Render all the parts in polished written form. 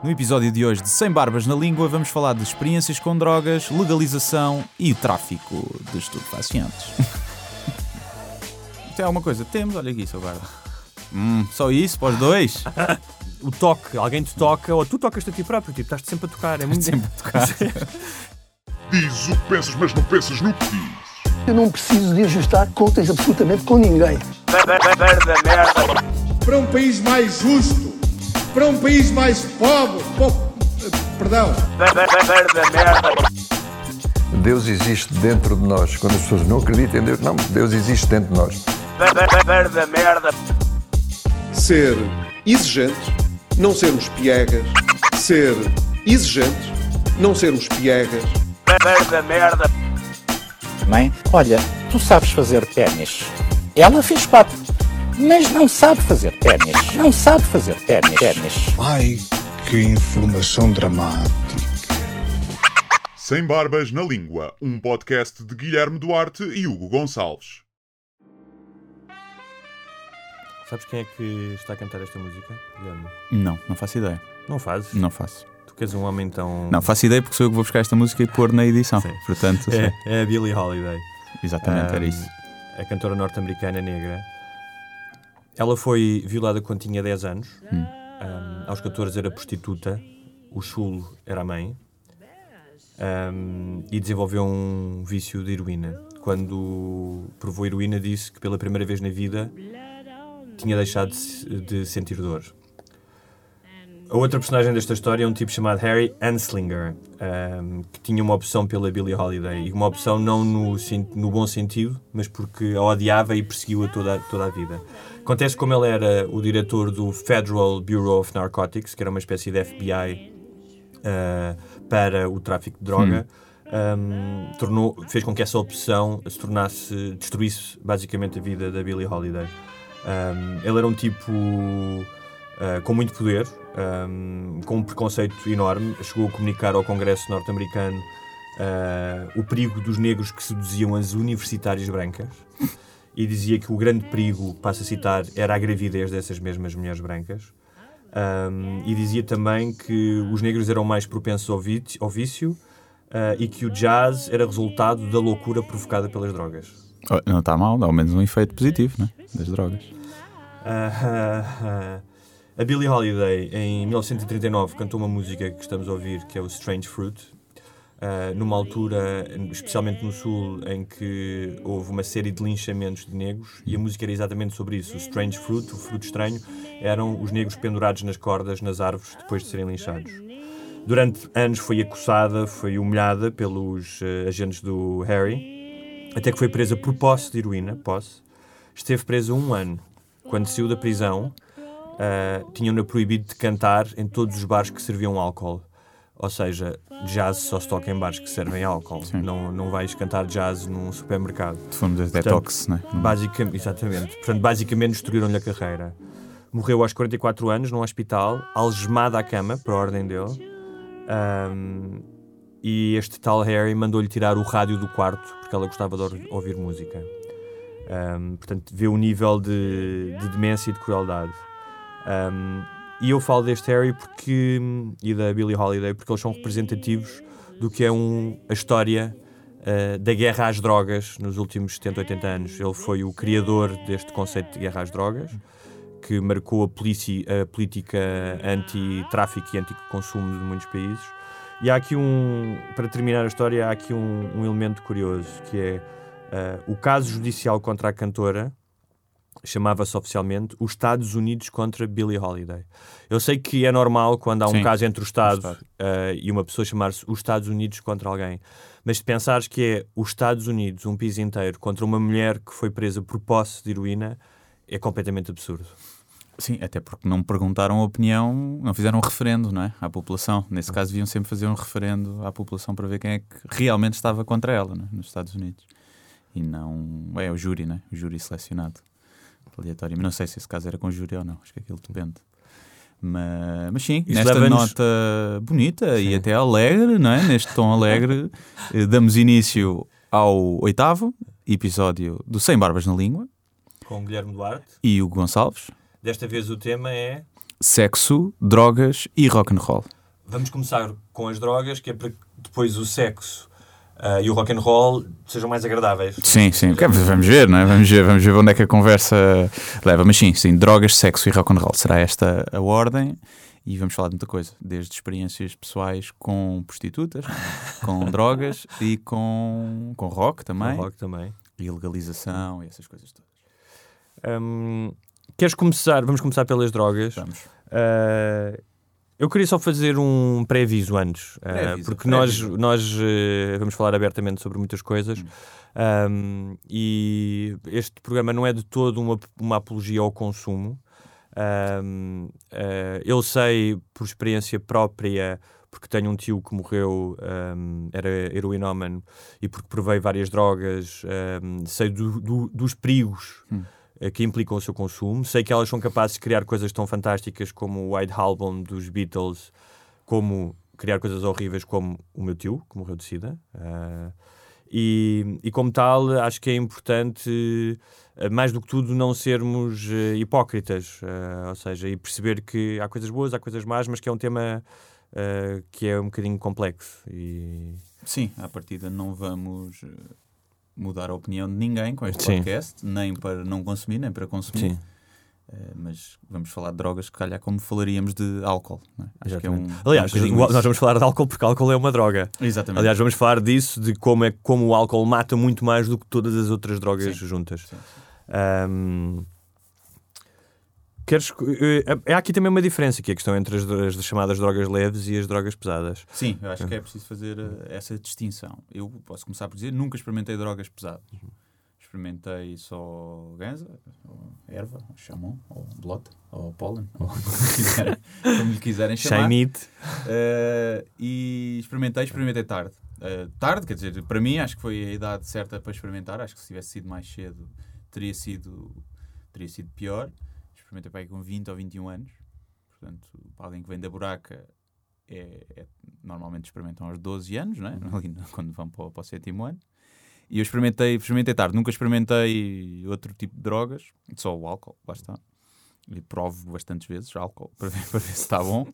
No episódio de hoje de Sem Barbas na Língua vamos falar de experiências com drogas, legalização e tráfico de estupefacientes. Tem alguma coisa? Temos, olha aqui, seu guarda. Só isso, para os dois? O toque, alguém te toca ou tu tocas-te a ti próprio, tipo, estás-te sempre a tocar. É muito Sempre a tocar. Diz o que pensas, mas não pensas no que diz. Eu não preciso de ajustar contas absolutamente com ninguém. Para um país mais justo, para um país mais pobre, perdão. Deus existe dentro de nós. Quando as pessoas não acreditam em Deus, não, Deus existe dentro de nós. Ser exigente, não sermos piegas. Ser exigente, não sermos piegas. Mãe, olha, tu sabes fazer ténis. Ela fez 4, mas não sabe fazer ténis. Não sabe fazer ténis. Ai, que informação dramática. Sem Barbas na Língua, um podcast de Guilherme Duarte e Hugo Gonçalves. Sabes quem é que está a cantar esta música, Guilherme? Não faço ideia. Não fazes? Não faço. Tu queres um homem tão... Não faço ideia porque sou eu que vou buscar esta música e pôr na edição. Sim. Portanto, É a Billie Holiday. exatamente, era isso. A cantora norte-americana negra. Ela foi violada quando tinha 10 anos. Aos 14 era prostituta. O chulo era a mãe. E desenvolveu um vício de heroína. Quando provou heroína, disse que pela primeira vez na vida tinha deixado de sentir dor. A outra personagem desta história é um tipo chamado Harry Anslinger, que tinha uma opção pela Billie Holiday. E uma opção não no bom sentido, mas porque a odiava e perseguiu-a toda a vida. Acontece como ele era o diretor do Federal Bureau of Narcotics, que era uma espécie de FBI para o tráfico de droga, fez com que essa opção destruísse basicamente a vida da Billie Holiday. Ele era um tipo com muito poder, com um preconceito enorme. Chegou a comunicar ao Congresso norte-americano o perigo dos negros que seduziam as universitárias brancas e dizia que o grande perigo, passo a citar, era a gravidez dessas mesmas mulheres brancas. E dizia também que os negros eram mais propensos ao vício e que o jazz era resultado da loucura provocada pelas drogas. Não está mal, dá ao menos um efeito positivo, né? Das drogas. A Billie Holiday, em 1939, cantou uma música que estamos a ouvir, que é o Strange Fruit, numa altura, especialmente no Sul, em que houve uma série de linchamentos de negros, e a música era exatamente sobre isso. O Strange Fruit, o fruto estranho, eram os negros pendurados nas cordas, nas árvores, depois de serem linchados. Durante anos foi acossada, foi humilhada pelos agentes do Harry, até que foi presa por posse de heroína. Esteve presa 1 ano. Quando saiu da prisão, tinham-na proibido de cantar em todos os bares que serviam álcool. Ou seja, jazz só se toca em bares que servem álcool. Não vais cantar jazz num supermercado. De fundo de detox, não é? Exatamente. Portanto, basicamente destruíram-lhe a carreira. Morreu aos 44 anos num hospital, algemada à cama, por ordem dele. E este tal Harry mandou-lhe tirar o rádio do quarto porque ela gostava de ouvir música. Portanto, vê o nível de demência e de crueldade. E eu falo deste Harry e da Billie Holiday porque eles são representativos do que é a história da guerra às drogas nos últimos 70, 80 anos. Ele foi o criador deste conceito de guerra às drogas, que marcou a política anti-tráfico e anti-consumo de muitos países. E há aqui para terminar a história, há aqui um elemento curioso, que é o caso judicial contra a cantora. Chamava-se oficialmente os Estados Unidos contra Billie Holiday. Eu sei que é normal quando há um caso entre o Estado e uma pessoa chamar-se os Estados Unidos contra alguém, mas se pensares que é os Estados Unidos, um país inteiro, contra uma mulher que foi presa por posse de heroína, é completamente absurdo. Sim, até porque não perguntaram a opinião, não fizeram um referendo, não é? À população. Nesse caso deviam sempre fazer um referendo à população para ver quem é que realmente estava contra ela, não é? Nos Estados Unidos. E não... É o júri, não é? O júri selecionado. Aleatório. Mas não sei se esse caso era com júri ou não. Acho que aquilo depende. Mas sim, isso nesta nota bonita e até alegre, não é? Neste tom alegre, damos início ao 8º episódio do Sem Barbas na Língua. Com Guilherme Duarte e Hugo Gonçalves. Desta vez o tema é... sexo, drogas e rock and roll. Vamos começar com as drogas, que é para que depois o sexo e o rock and roll sejam mais agradáveis. Sim. Vamos ver, não é? Vamos ver onde é que a conversa leva. Mas sim, drogas, sexo e rock and roll. Será esta a ordem. E vamos falar de muita coisa. Desde experiências pessoais com prostitutas, com drogas e com rock também. Com rock também. E legalização e essas coisas todas. Queres começar? Vamos começar pelas drogas. Vamos. Eu queria só fazer um pré-aviso antes, porque nós vamos falar abertamente sobre muitas coisas e este programa não é de todo uma apologia ao consumo. Eu sei por experiência própria, porque tenho um tio que morreu, era heroinómano, e porque provei várias drogas, sei dos perigos que implicam o seu consumo. Sei que elas são capazes de criar coisas tão fantásticas como o White Album dos Beatles, como criar coisas horríveis como o meu tio, que morreu de SIDA. E como tal, acho que é importante, mais do que tudo, não sermos hipócritas. Ou seja, e perceber que há coisas boas, há coisas más, mas que é um tema que é um bocadinho complexo. Sim, à partida não vamos mudar a opinião de ninguém com este podcast, nem para não consumir, nem para consumir. Mas vamos falar de drogas, se calhar, como falaríamos de álcool. Não é? Acho que é aliás, nós vamos falar de álcool porque álcool é uma droga. Exatamente. Aliás, vamos falar disso, de como o álcool mata muito mais do que todas as outras drogas juntas. Sim. Há aqui também uma diferença, que é a questão entre as chamadas drogas leves e as drogas pesadas. Sim, eu acho que é preciso fazer essa distinção. Eu posso começar por dizer, nunca experimentei drogas pesadas. Experimentei só ganza, ou erva, ou chamon, ou blota, ou pólen, ou como lhe quiserem chamar. Shainite. E experimentei tarde. Tarde, quer dizer, para mim acho que foi a idade certa para experimentar. Acho que se tivesse sido mais cedo teria sido pior. Experimentei para aí com 20 ou 21 anos. Portanto, para alguém que vem da buraca, normalmente experimentam aos 12 anos, não é? Ali, quando vão para o 7º ano. E eu experimentei tarde. Nunca experimentei outro tipo de drogas, só o álcool, lá está. E provo bastantes vezes álcool para ver se está bom.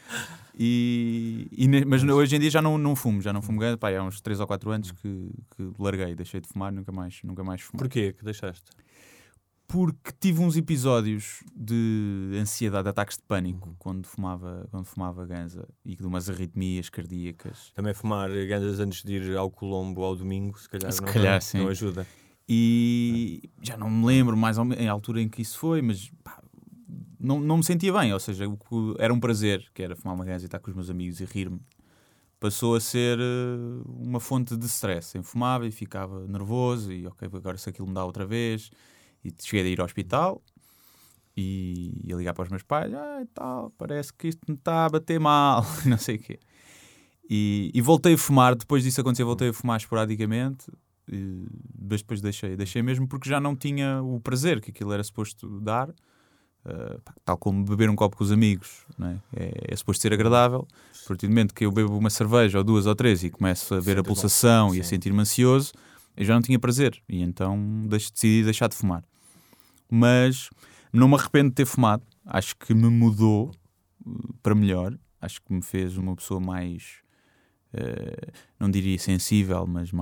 Mas hoje em dia já não fumo ganza. Pá, há uns 3 ou 4 anos que larguei, deixei de fumar, nunca mais fumei. Porquê que deixaste? Porque tive uns episódios de ansiedade, ataques de pânico quando fumava ganza e de umas arritmias cardíacas. Também fumar ganzas antes de ir ao Colombo ao domingo, se calhar não ajuda. E já não me lembro mais ou menos a altura em que isso foi, mas não me sentia bem. Ou seja, era um prazer, que era fumar uma ganza e estar com os meus amigos e rir-me. Passou a ser uma fonte de stress. Eu fumava e ficava nervoso e agora se aquilo me dá outra vez. E cheguei a ir ao hospital e a ligar para os meus pais, tal, parece que isto me está a bater mal, não sei o quê. E voltei a fumar, depois disso acontecer, voltei a fumar esporadicamente, mas depois deixei mesmo porque já não tinha o prazer que aquilo era suposto dar, tal como beber um copo com os amigos, não é? É suposto ser agradável. A partir do momento que eu bebo uma cerveja ou 2 ou 3 e começo a ver a pulsação e a sentir-me ansioso, eu já não tinha prazer e então decidi deixar de fumar. Mas não me arrependo de ter fumado. Acho que me mudou para melhor. Acho que me fez uma pessoa mais, não diria sensível, mas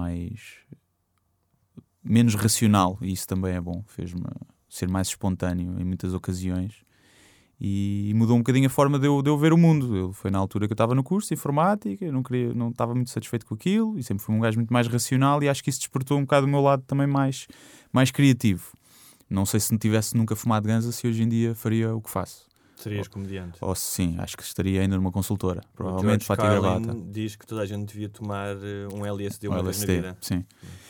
menos racional. E isso também é bom. Fez-me ser mais espontâneo em muitas ocasiões. E mudou um bocadinho a forma de eu ver o mundo. Foi na altura que eu estava no curso de informática, eu não estava muito satisfeito com aquilo e sempre fui um gajo muito mais racional e acho que isso despertou um bocado o meu lado também mais criativo. Não sei se não tivesse nunca fumado ganza, se hoje em dia faria o que faço. Serias comediante? Sim, acho que estaria ainda numa consultora. Provavelmente fato e gravata. Diz que toda a gente devia tomar um LSD uma vez na vida. Sim.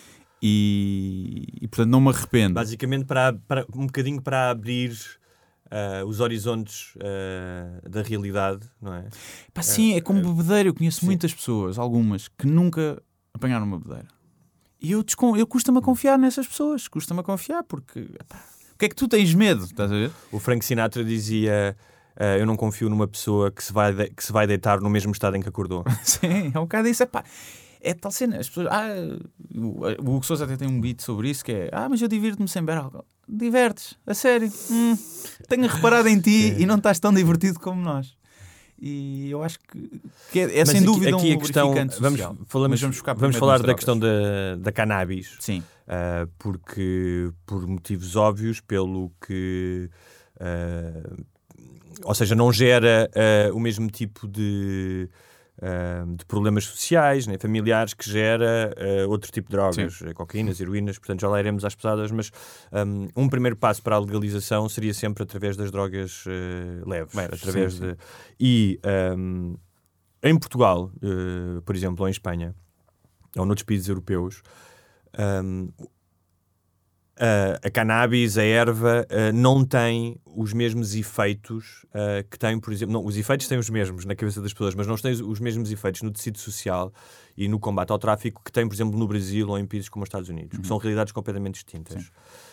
E portanto não me arrependo. Basicamente um bocadinho para abrir os horizontes da realidade, não é? Sim, é como bebedeira. Eu conheço muitas pessoas, algumas, que nunca apanharam uma bebedeira. E eu custa-me a confiar nessas pessoas. Custa-me a confiar porque... o que é que tu tens medo? Estás a ver? O Frank Sinatra dizia... eu não confio numa pessoa que se vai deitar no mesmo estado em que acordou. Sim, é um bocado isso. é tal cena. As pessoas, o Hugo Sousa até tem um beat sobre isso que é: mas eu divirto-me sem beber álcool. Divertes, a sério. Tenho reparado em ti e não estás tão divertido como nós. E eu acho que é sem dúvida aqui um a questão, lubrificante social. Vamos falar da questão da cannabis. Sim. Porque, por motivos óbvios, pelo que... ou seja, não gera o mesmo tipo de problemas sociais, nem familiares que gera outro tipo de drogas, cocaínas, heroínas, portanto já lá iremos às pesadas, mas um primeiro passo para a legalização seria sempre através das drogas leves, através sim. E em Portugal, por exemplo, ou em Espanha, ou noutros países europeus, a cannabis, a erva, não tem os mesmos efeitos que tem, por exemplo... Não, os efeitos têm os mesmos na cabeça das pessoas, mas não têm os mesmos efeitos no tecido social e no combate ao tráfico que tem, por exemplo, no Brasil ou em países como os Estados Unidos, que são realidades completamente distintas.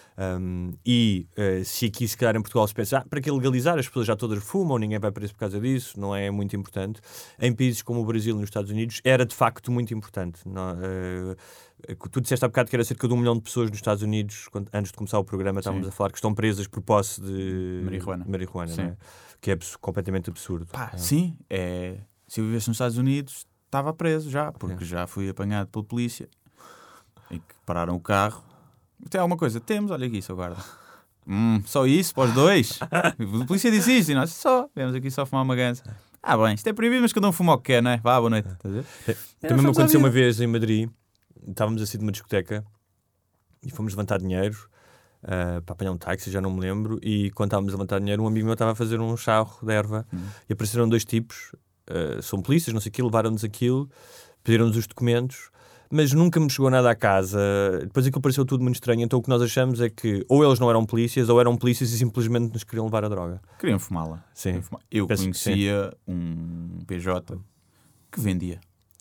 Se aqui, se calhar, em Portugal se pensa para que legalizar, as pessoas já todas fumam, ninguém vai preso por causa disso, não é muito importante. Em países como o Brasil e nos Estados Unidos era de facto muito importante. Tu disseste há bocado que era cerca de 1 milhão de pessoas nos Estados Unidos, antes de começar o programa estávamos a falar que estão presas por posse de marihuana, não é? Que é completamente absurdo. Sim, se eu vivesse nos Estados Unidos estava preso já, porque já fui apanhado pela polícia e que pararam o carro. Tem alguma coisa? Temos, olha aqui, seu guarda. Só isso, para os dois? A polícia disse isto e nós viemos aqui só fumar uma ganza. Bem, isto é proibido, mas cada um fuma o que quer, não é? Vá, boa noite. Também me aconteceu uma vez em Madrid, estávamos a sair de uma discoteca e fomos levantar dinheiro para apanhar um táxi, já não me lembro, e quando estávamos a levantar dinheiro, um amigo meu estava a fazer um charro de erva e apareceram 2 tipos, são polícias, não sei o que, levaram-nos aquilo, pediram-nos os documentos, mas nunca me chegou nada à casa. Depois aquilo pareceu tudo muito estranho. Então o que nós achamos é que ou eles não eram polícias ou eram polícias e simplesmente nos queriam levar a droga. Queriam fumá-la. Sim. Eu conhecia um PJ que vendia.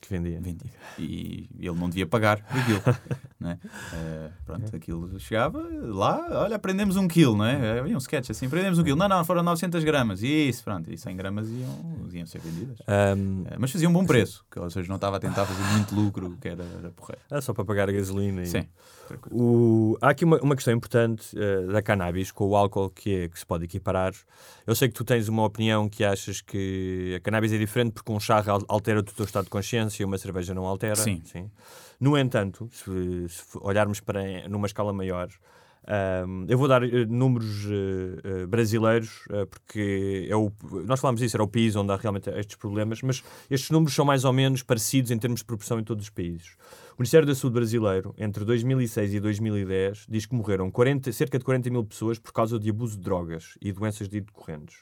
E ele não devia pagar por aquilo. Não é? Pronto, aquilo chegava lá, olha, prendemos 1 quilo, não é? Havia um sketch assim, prendemos 1 quilo. Não, foram 900 gramas. Isso, pronto, e 100 gramas iam ser vendidas. Mas fazia um bom preço, ou seja, não estava a tentar fazer muito lucro, que era porreiro. Só para pagar a gasolina. Sim. Há aqui uma questão importante da cannabis com o álcool que se pode equiparar. Eu sei que tu tens uma opinião que achas que a cannabis é diferente porque um charro altera o teu estado de consciência e uma cerveja não altera. Sim. No entanto, se olharmos para numa escala maior, eu vou dar números brasileiros, porque nós falámos disso, era o país onde há realmente estes problemas, mas estes números são mais ou menos parecidos em termos de proporção em todos os países. O Ministério da Saúde brasileiro, entre 2006 e 2010, diz que morreram cerca de 40 mil pessoas por causa de abuso de drogas e doenças decorrentes.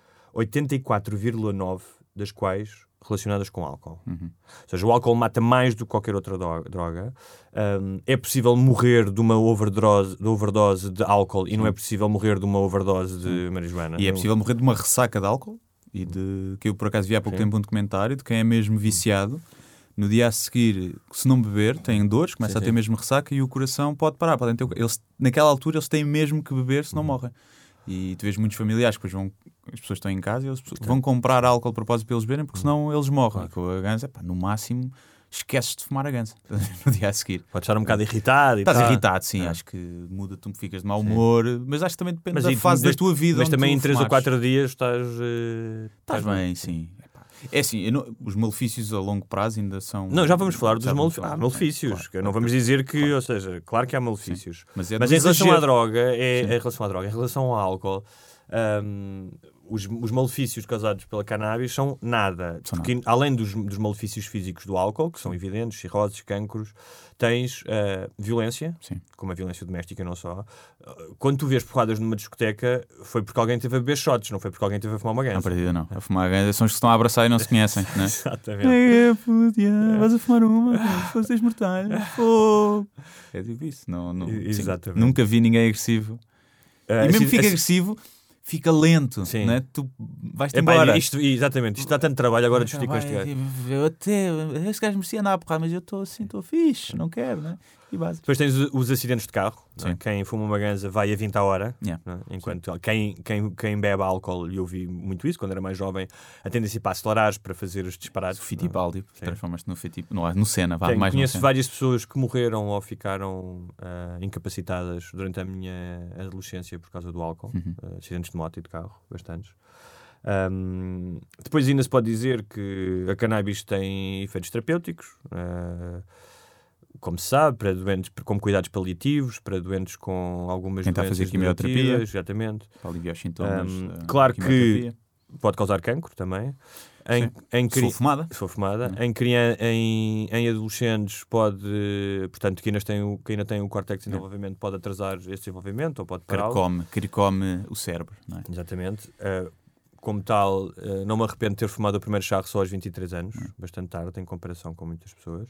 84,9% das quais relacionadas com álcool. Ou seja, o álcool mata mais do que qualquer outra droga. É possível morrer de uma overdose de álcool e não é possível morrer de uma overdose de marijuana. E é possível morrer de uma ressaca de álcool e que eu por acaso vi há pouco tempo um documentário de quem é mesmo viciado. No dia a seguir, se não beber, tem dores, começa a ter mesmo ressaca e o coração pode parar. Naquela altura eles têm mesmo que beber, senão morrem. E tu vês muitos familiares que depois as pessoas estão em casa e eles vão comprar álcool de propósito para eles beberem, porque senão eles morrem. E com a ganza, no máximo, esqueces de fumar a ganza no dia a seguir. Podes estar um bocado irritado. Estás irritado, sim. Acho que muda, tu ficas de mau humor, mas acho que também depende da fase da tua vida. Mas também em 3 ou 4 dias estás bem, sim. É assim, os malefícios a longo prazo ainda são... Não, já vamos falar dos malefícios. Claro, não vamos dizer que, ou seja, claro que há malefícios. Sim, mas em relação à droga, em relação ao álcool, os malefícios causados pela cannabis são nada. Porque além dos malefícios físicos do álcool, que são evidentes, cirroses, cancros, tens violência, como a violência doméstica, não só. Quando tu vês porradas numa discoteca, foi porque alguém teve a beber shots, não foi porque alguém teve a fumar uma ganza. Não, partida não. A fumar a ganza são os que estão a abraçar e não se conhecem, não é? Exatamente. Vais a fumar uma, forças mortais. É tipo isso. Exatamente. Nunca vi ninguém agressivo. E mesmo que fica agressivo, fica lento, não é? Tu vais-te embora. Exatamente, isto dá tanto trabalho agora discutir com este gajo. Este gajo merecia andar a porrada, mas eu estou assim, estou fixe, não quero, não é? e básicos. Depois tens os acidentes de carro. Não é? Sim. Quem fuma uma ganza vai a 20 a hora. Yeah. Não é? Enquanto quem bebe álcool, e eu vi muito isso quando era mais jovem, a tendência para acelerares, para fazer os disparados. O Fittipaldi, Sim. transformaste no Fittipaldi. Não, no Senna, vá mais no Conheço Senna. várias pessoas que morreram ou ficaram incapacitadas durante a minha adolescência por causa do álcool. Acidentes de moto e de carro, bastantes. Depois ainda se pode dizer que a cannabis tem efeitos terapêuticos, como se sabe, para doentes com cuidados paliativos, para doentes com algumas Quem está a doenças fazer quimioterapia. degenerativas, exatamente. Para aliviar os sintomas. Claro da quimioterapia. que pode causar cancro também. Sou fumada. Sou fumada. Em adolescentes pode, portanto, que ainda tem o córtex de desenvolvimento, pode atrasar esse desenvolvimento ou pode pará-lo. Carcome o cérebro, não é? Exatamente. Como tal, não me arrependo de ter fumado o primeiro charro só aos 23 anos, bastante tarde em comparação com muitas pessoas.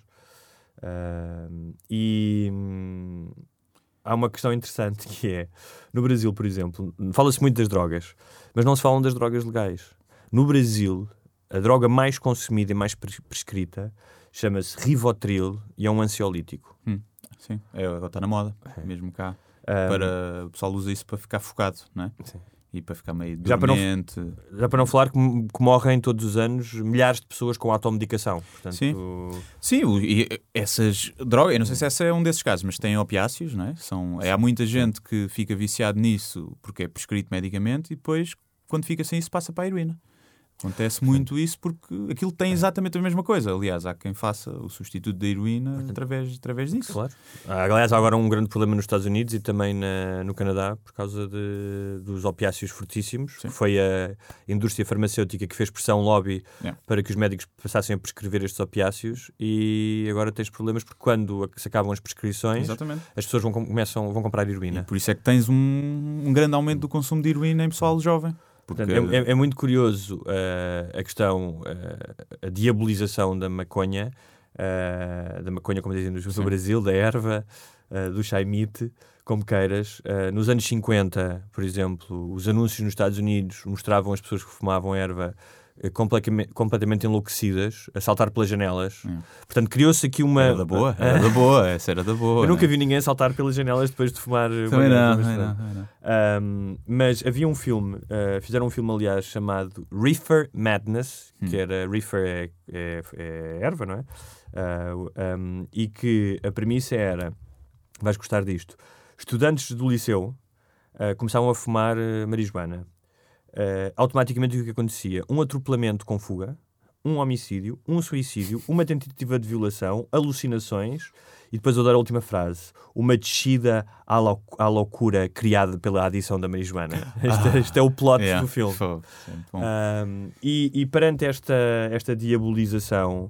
Há uma questão interessante que é, no Brasil, por exemplo, fala-se muito das drogas, mas não se falam das drogas legais. No Brasil, a droga mais consumida e mais prescrita chama-se Rivotril e é um ansiolítico. Sim, está na moda, mesmo cá. O pessoal usa isso para ficar focado, não é? Sim. E para ficar meio dormente. Já para não falar que morrem todos os anos milhares de pessoas com automedicação. Portanto, Sim, e essas drogas, eu não sei se essa é um desses casos, mas tem opiáceos, não é? Há muita gente que fica viciado nisso porque é prescrito medicamento e depois, quando fica sem isso, passa para a heroína. Acontece muito isso porque aquilo tem exatamente a mesma coisa. Aliás, há quem faça o substituto da heroína através disso. Claro. Aliás, há agora um grande problema nos Estados Unidos e também no Canadá por causa dos opiáceos fortíssimos. Sim. Foi a indústria farmacêutica que fez pressão lobby para que os médicos passassem a prescrever estes opiáceos e agora tens problemas porque quando se acabam as prescrições, exatamente, as pessoas vão comprar heroína. E por isso é que tens um grande aumento do consumo de heroína em pessoal jovem. Porque... É muito curioso a questão, a diabolização da maconha, como dizem no Brasil, da erva, do chaimite, como queiras. Nos anos 50, por exemplo, os anúncios nos Estados Unidos mostravam as pessoas que fumavam erva completamente enlouquecidas, a saltar pelas janelas. Portanto, criou-se aqui uma... Era da boa, essa era da boa. Eu nunca vi ninguém saltar pelas janelas depois de fumar. Também não. Mas havia um filme, fizeram um filme, aliás, chamado Reefer Madness, que era... Reefer é erva, não é? E que a premissa era, vais gostar disto, estudantes do liceu começavam a fumar marijuana. Automaticamente o que acontecia? Um atropelamento com fuga, um homicídio, um suicídio, uma tentativa de violação, alucinações e depois eu adoro a última frase, uma descida à loucura criada pela adição da marijuana. Este é o plot do filme. E perante esta diabolização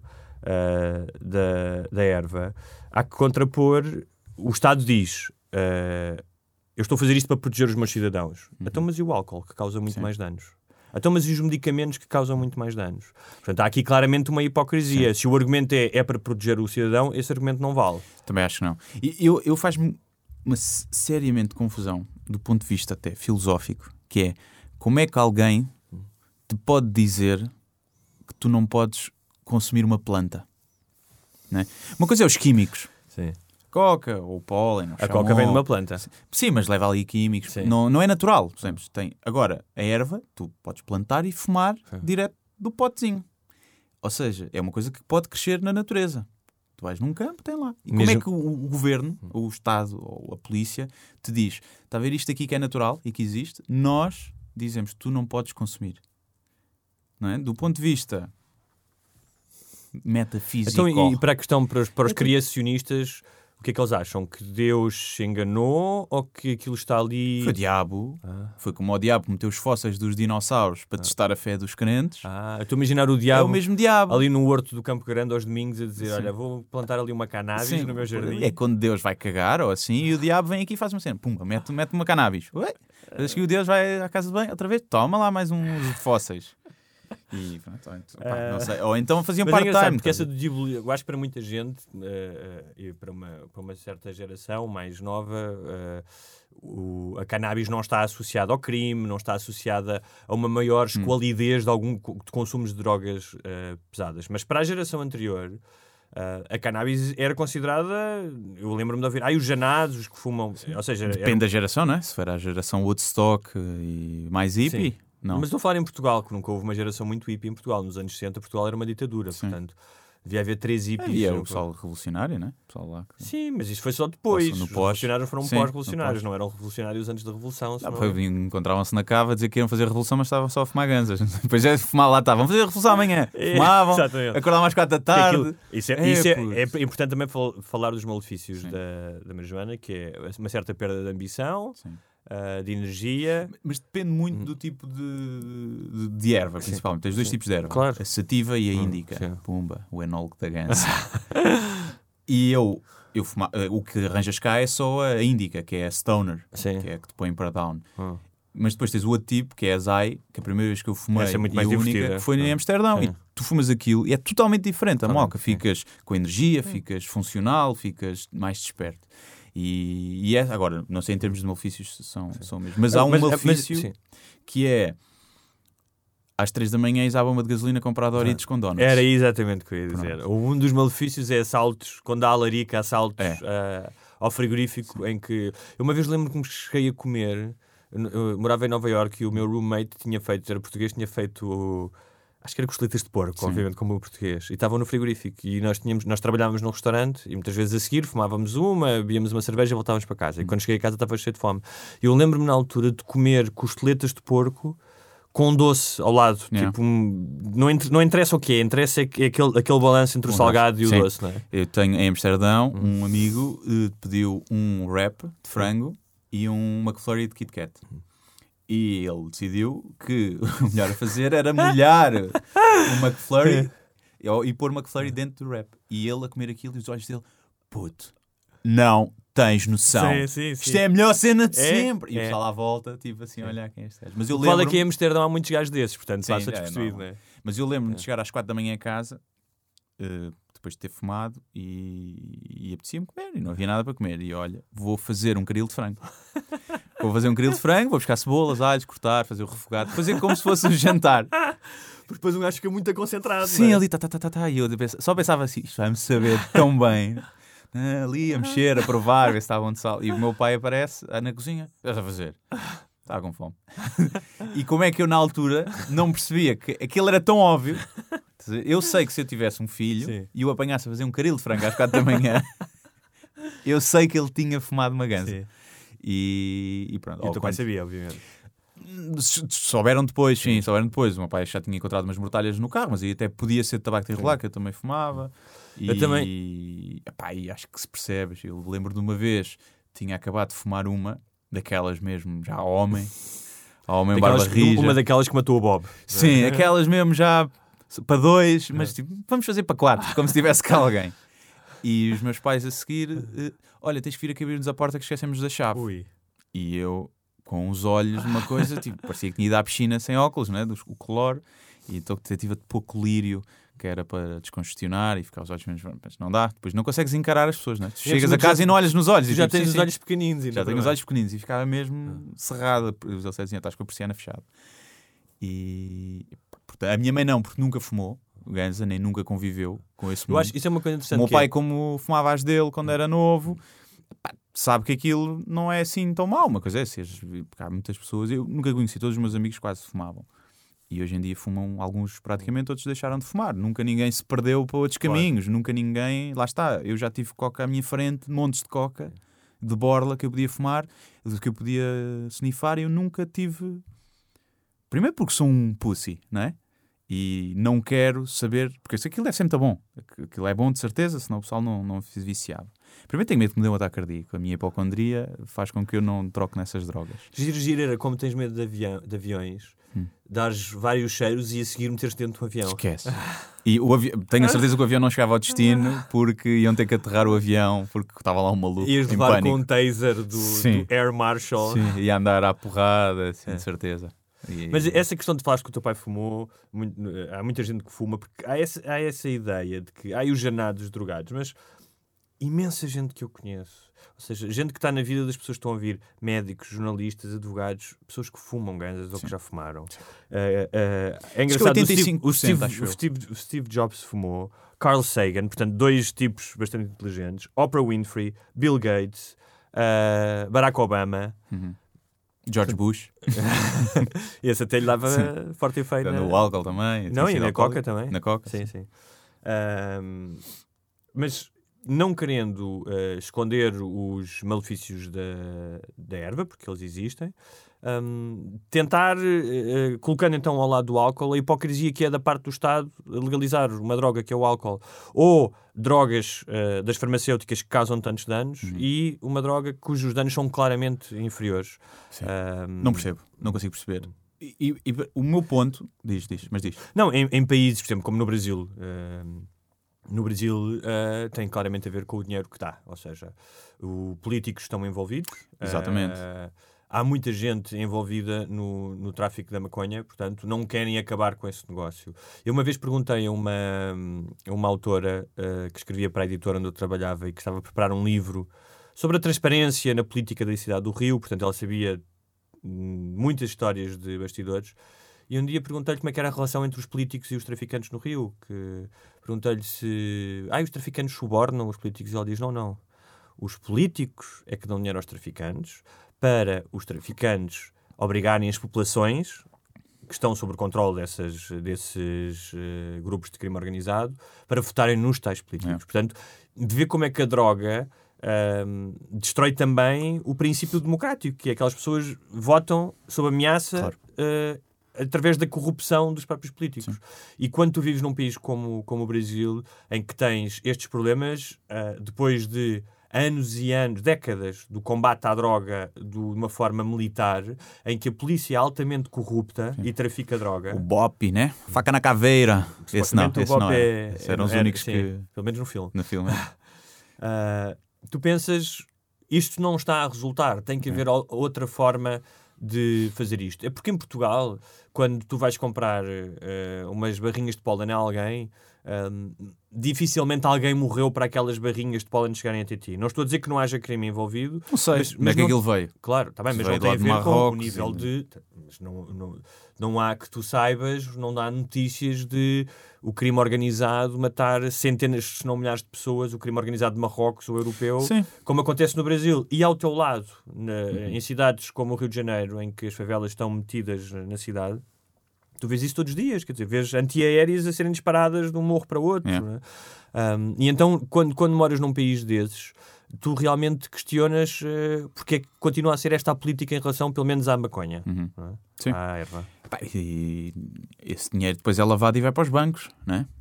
da erva, há que contrapor, o Estado diz... eu estou a fazer isto para proteger os meus cidadãos. Então, mas e o álcool, que causa muito mais danos? Então, mas e os medicamentos que causam muito mais danos? Portanto, há aqui claramente uma hipocrisia. Se o argumento é para proteger o cidadão, esse argumento não vale. Também acho que não. E eu faz-me seriamente confusão, do ponto de vista até filosófico, que é, como é que alguém te pode dizer que tu não podes consumir uma planta? Não é? Uma coisa é os químicos. Sim. Coca ou pólen. A coca vem de uma planta. Sim, mas leva ali químicos. Não é natural. Por exemplo, agora, a erva, tu podes plantar e fumar direto do potezinho. Ou seja, é uma coisa que pode crescer na natureza. Tu vais num campo, tem lá. E como é que o governo, ou o Estado, ou a polícia, te diz, está a ver isto aqui que é natural e que existe? Nós dizemos, tu não podes consumir. Não é? Do ponto de vista metafísico. Então, e para a questão, para os criacionistas... O que é que eles acham? Que Deus se enganou ou que aquilo está ali... Foi o diabo. Foi como o diabo meteu os fósseis dos dinossauros para testar a fé dos crentes. Eu estou a imaginar o diabo, é o mesmo diabo ali no horto do Campo Grande aos domingos a dizer, olha, vou plantar ali uma cannabis no meu jardim. É quando Deus vai cagar ou assim e o diabo vem aqui e faz uma cena. Pumba, mete uma cannabis. Acho que o Deus vai à casa de banho outra vez. Toma lá mais uns fósseis. E, não sei. Ou então faziam part-time. Porque essa eu acho que para muita gente e para uma certa geração mais nova a cannabis não está associada ao crime, não está associada a uma maior esqualidez de consumos de drogas pesadas. Mas para a geração anterior A cannabis era considerada, eu lembro-me de ouvir, os janados, os que fumam, ou seja... Depende da geração, não é? Se for a geração Woodstock e mais hippie, Sim. não. Mas estou a falar em Portugal, que nunca houve uma geração muito hippie em Portugal. Nos anos 60 Portugal era uma ditadura, portanto devia haver 3 hippies. E é o pessoal revolucionário, não é? O pessoal lá que... Sim, mas isso foi só depois. No Os pós. revolucionários foram Sim, pós-revolucionários, não eram revolucionários antes da Revolução. Encontravam-se na cava a dizer que iam fazer a revolução, mas estavam só a fumar ganzas. Depois é fumar lá, vamos fazer a revolução amanhã. Fumavam, acordavam às 4 da tarde. Isso é importante também falar dos malefícios da marijuana, que é uma certa perda de ambição, de energia. Mas depende muito do tipo de erva, principalmente. Tens 2 tipos de erva, claro. A sativa e a índica. Pumba, o enólogo da gansa. E eu o que arranjas cá é só a índica, que é a stoner, que é a que te põe para down. Mas depois tens o outro tipo, que é a Zai, que a primeira vez que eu fumei muito e mais a única, que foi em Amsterdão. E tu fumas aquilo e é totalmente diferente a moca. Ficas com energia, ficas funcional, ficas mais desperto. E é, agora, não sei em termos de malefícios são mesmo. Mas há um malefício que é... Às 3 da manhã exaba uma de gasolina comprar Doritos com donuts. Era exatamente o que eu ia dizer. Um dos malefícios é assaltos, quando há alarica, assaltos ao frigorífico, em que... Eu uma vez lembro que me cheguei a comer... Eu morava em Nova Iorque e o meu roommate era português, tinha feito... Acho que era costeletas de porco, obviamente, como o português. E estavam no frigorífico. E nós trabalhávamos num restaurante e muitas vezes a seguir fumávamos bebíamos uma cerveja e voltávamos para casa. E quando cheguei a casa estava cheio de fome. E eu lembro-me na altura de comer costeletas de porco com doce ao lado. Tipo, não interessa o que é, interessa é aquele balanço entre o salgado e o doce. Não é? Eu tenho em Amsterdão um amigo pediu um wrap de frango e um McFlurry de Kit Kat. E ele decidiu que o melhor a fazer era molhar o McFlurry e pôr o McFlurry dentro do wrap. E ele a comer aquilo e os olhos dele, puto, não tens noção. Sim. Isto é a melhor cena de sempre. E o pessoal à volta, tipo assim, olha quem é este gajo. Mas eu lembro... Fala que em Amsterdão há muitos gajos desses, portanto passa despercebido. Não é? Mas eu lembro-me de chegar às 4 da manhã a casa, depois de ter fumado, e apetecia-me comer, e não havia nada para comer. E olha, vou fazer um caril de frango. Vou fazer um caril de frango, vou buscar cebolas, alhos, cortar, fazer o refogado, fazer como se fosse um jantar. Porque depois um gajo fica muito concentrado. Sim, ali, e eu só pensava assim, isto vai-me saber tão bem. Ali a mexer, a provar, ver se está bom de sal. E o meu pai aparece na cozinha, estás a fazer? Estava com fome. E como é que eu na altura não percebia que aquilo era tão óbvio? Eu sei que se eu tivesse um filho e o apanhasse a fazer um caril de frango às 4 da manhã, eu sei que ele tinha fumado uma ganza. E pronto. E o teu pai sabia, obviamente. Souberam depois, sim, souberam depois. O meu pai já tinha encontrado umas mortalhas no carro, mas aí até podia ser de tabaco de enrolar, que eu também fumava. Eu também. E acho que se percebe. Eu lembro de uma vez, tinha acabado de fumar uma daquelas mesmo, já homem barba rija. Uma daquelas que matou o Bob. Sim, aquelas mesmo já para 2, mas tipo, vamos fazer para 4, como se tivesse cá alguém. E os meus pais a seguir, olha, tens que vir aqui abrir-nos a porta que esquecemos da chave. Ui. E eu, com os olhos, uma coisa, tipo, parecia que tinha ido à piscina sem óculos, né? O cloro, e então tive pouco colírio, que era para descongestionar e ficar os olhos menos... Mas não dá, depois não consegues encarar as pessoas, né? Tu chegas a casa e não olhas nos olhos. Já tens os olhos pequeninos. Já tenho os olhos pequeninos e ficava mesmo cerrado. Ele dizia, estás com a persiana fechada. E a minha mãe não, porque nunca fumou ganza, nem nunca conviveu com esse mundo. Eu acho que isso é uma coisa interessante. O meu pai, como fumava as dele quando era novo, sabe que aquilo não é assim tão mau. Uma coisa é porque há muitas pessoas, eu nunca conheci, todos os meus amigos quase fumavam. E hoje em dia fumam alguns praticamente, outros deixaram de fumar. Nunca ninguém se perdeu para outros caminhos. Nunca ninguém... Lá está, eu já tive coca à minha frente, montes de coca, de borla que eu podia fumar, que eu podia snifar, e eu nunca tive... Primeiro porque sou um pussy, não é? E não quero saber... Porque aquilo é sempre bom. Aquilo é bom de certeza, senão o pessoal não se viciava. Primeiro tenho medo que me dê um ataque cardíaco. A minha hipocondria faz com que eu não troque nessas drogas. Giro era como tens medo de aviões, dares vários cheiros e a seguir meteres dentro de um avião. Esquece. E tenho a certeza que o avião não chegava ao destino porque iam ter que aterrar o avião porque estava lá um maluco ias levar pânico. Com um taser do Air Marshal. Sim, ia andar à porrada, assim, de certeza. Mas essa questão de falar que o teu pai fumou, há muita gente que fuma, porque há essa ideia de que há os janados drogados, mas imensa gente que eu conheço. Ou seja, gente que está na vida das pessoas que estão a ouvir, médicos, jornalistas, advogados, pessoas que fumam ganzas ou que já fumaram. É engraçado, o Steve Jobs fumou, Carl Sagan, portanto, 2 tipos bastante inteligentes, Oprah Winfrey, Bill Gates, Barack Obama, George Bush. Esse até lhe dava forte efeito. No álcool também. Não, e na Coca também. Na Coca. Sim. Mas não querendo esconder os malefícios da erva, porque eles existem, tentar, colocando então ao lado do álcool, a hipocrisia que é da parte do Estado legalizar uma droga que é o álcool, ou drogas das farmacêuticas que causam tantos danos, e uma droga cujos danos são claramente inferiores. Não percebo, não consigo perceber. E o meu ponto... Diz. Não, em países, por exemplo, como no Brasil... No Brasil tem claramente a ver com o dinheiro que dá, ou seja, os políticos estão envolvidos. Exatamente. Há muita gente envolvida no tráfico da maconha, portanto não querem acabar com esse negócio. Eu uma vez perguntei a uma autora que escrevia para a editora onde eu trabalhava e que estava a preparar um livro sobre a transparência na política da cidade do Rio, portanto ela sabia muitas histórias de bastidores. E um dia perguntei-lhe como é que era a relação entre os políticos e os traficantes no Rio. Perguntei-lhe se... os traficantes subornam os políticos. E ela diz, não. Os políticos é que dão dinheiro aos traficantes para os traficantes obrigarem as populações que estão sob o controle desses grupos de crime organizado para votarem nos tais políticos. Portanto, de ver como é que a droga... destrói também o princípio democrático, que é que aquelas pessoas votam sob ameaça... Claro. Através da corrupção dos próprios políticos. Sim. E quando tu vives num país como o Brasil, em que tens estes problemas, depois de anos e anos, décadas, do combate à droga de uma forma militar, em que a polícia é altamente corrupta e trafica droga... O BOP, né? Faca na caveira. Esse não é. Esses eram os únicos que... Pelo menos no filme. No filme. Tu pensas, isto não está a resultar, tem que haver outra forma... de fazer isto. É porque em Portugal, quando tu vais comprar umas barrinhas de pólen a alguém, dificilmente alguém morreu para aquelas barrinhas de pólen chegarem até ti. Não estou a dizer que não haja crime envolvido. Não sei, mas é que aquilo veio. Claro, está bem, mas não tem a ver com o nível de... Mas não há que tu saibas, não há notícias de o crime organizado matar centenas, se não milhares de pessoas, o crime organizado de Marrocos ou europeu, sim, como acontece no Brasil. E ao teu lado, em cidades como o Rio de Janeiro, em que as favelas estão metidas na cidade, tu vês isso todos os dias, quer dizer, vês antiaéreas a serem disparadas de um morro para outro. Né? E então, quando moras num país desses, tu realmente questionas porque é que continua a ser esta a política em relação, pelo menos, à maconha. Não é? Sim. À erva. E esse dinheiro depois é lavado e vai para os bancos, não é?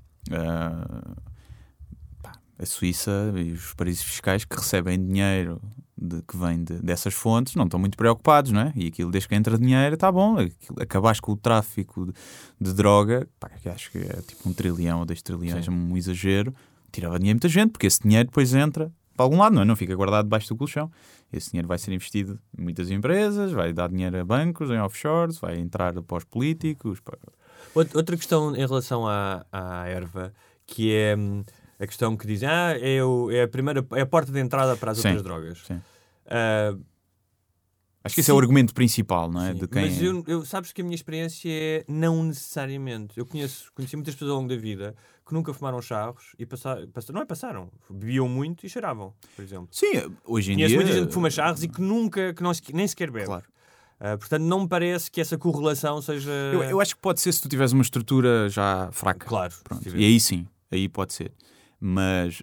A Suíça e os paraísos fiscais que recebem dinheiro que vem dessas fontes não estão muito preocupados, não é? E aquilo, desde que entra dinheiro, está bom. Acabaste com o tráfico de droga, que acho que é tipo 1 trilhão ou 2 trilhões, é um exagero. Tirava dinheiro a muita gente, porque esse dinheiro depois entra para algum lado, não é? Não fica guardado debaixo do colchão. Esse dinheiro vai ser investido em muitas empresas, vai dar dinheiro a bancos, em offshores, vai entrar para os políticos. Outra questão em relação à erva, que é a questão que dizem é a porta de entrada para as outras drogas. Sim. Acho que esse é o argumento principal, não é? Sim, de quem... Mas eu sabes que a minha experiência é não necessariamente. Eu conheci muitas pessoas ao longo da vida que nunca fumaram charros e passaram, bebiam muito e cheiravam, por exemplo. Sim, hoje em conheço dia... muita gente que fuma charros e que nem sequer bebe. Claro. Portanto, não me parece que essa correlação seja... Eu acho que pode ser se tu tiveres uma estrutura já fraca. Claro. E aí sim, aí pode ser. Mas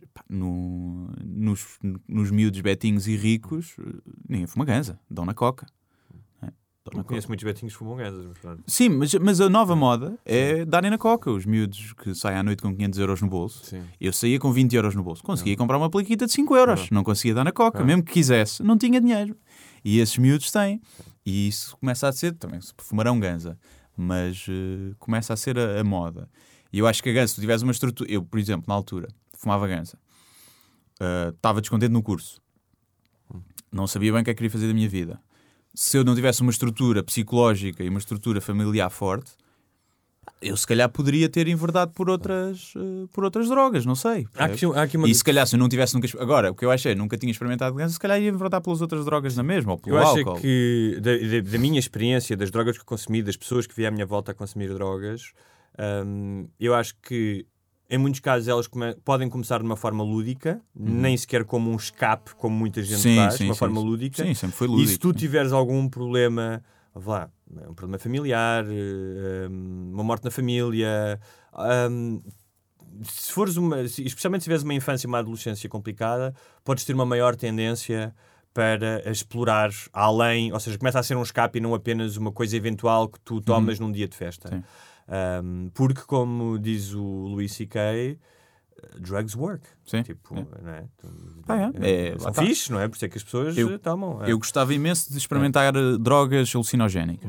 nos miúdos betinhos e ricos, ninguém fuma ganza, dão na coca. Não conheço muitos betinhos que fumam ganzas. Sim, mas a nova moda é darem na coca. Os miúdos que saem à noite com 500 euros no bolso. Sim. Eu saía com 20 euros no bolso. Conseguia comprar uma plaquita de 5 euros. Não conseguia dar na coca. Mesmo que quisesse, não tinha dinheiro. E esses miúdos têm. E isso começa a ser, também fumarão ganza. Mas começa a ser a moda. E eu acho que a ganza, se tu tiveres uma estrutura... Eu, por exemplo, na altura, fumava ganza. Estava descontente no curso. Não sabia bem o que é que queria fazer da minha vida. Se eu não tivesse uma estrutura psicológica e uma estrutura familiar forte, eu se calhar poderia ter enverdado por outras drogas, não sei. Há aqui uma... E se calhar se eu não tivesse nunca... Agora, o que eu achei, nunca tinha experimentado câncer, se calhar ia enverdar pelas outras drogas na mesma, ou pelo eu álcool. acho que da minha experiência, das drogas que eu consumi, das pessoas que vi à minha volta a consumir drogas, eu acho que em muitos casos elas podem começar de uma forma lúdica, nem sequer como um escape, como muita gente faz, de uma forma lúdica. Sim, sempre foi lúdico. E se tu tiveres algum problema, um problema familiar, uma morte na família, se fores especialmente se tiveres uma infância e uma adolescência complicada, podes ter uma maior tendência para explorar além, ou seja, começa a ser um escape e não apenas uma coisa eventual que tu tomas num dia de festa. Sim. Porque, como diz o Louis C.K., drugs work. Sim. Tipo, não é? São fixe, não é? Por isso é que as pessoas tomam. Eu gostava imenso de experimentar drogas alucinogénicas.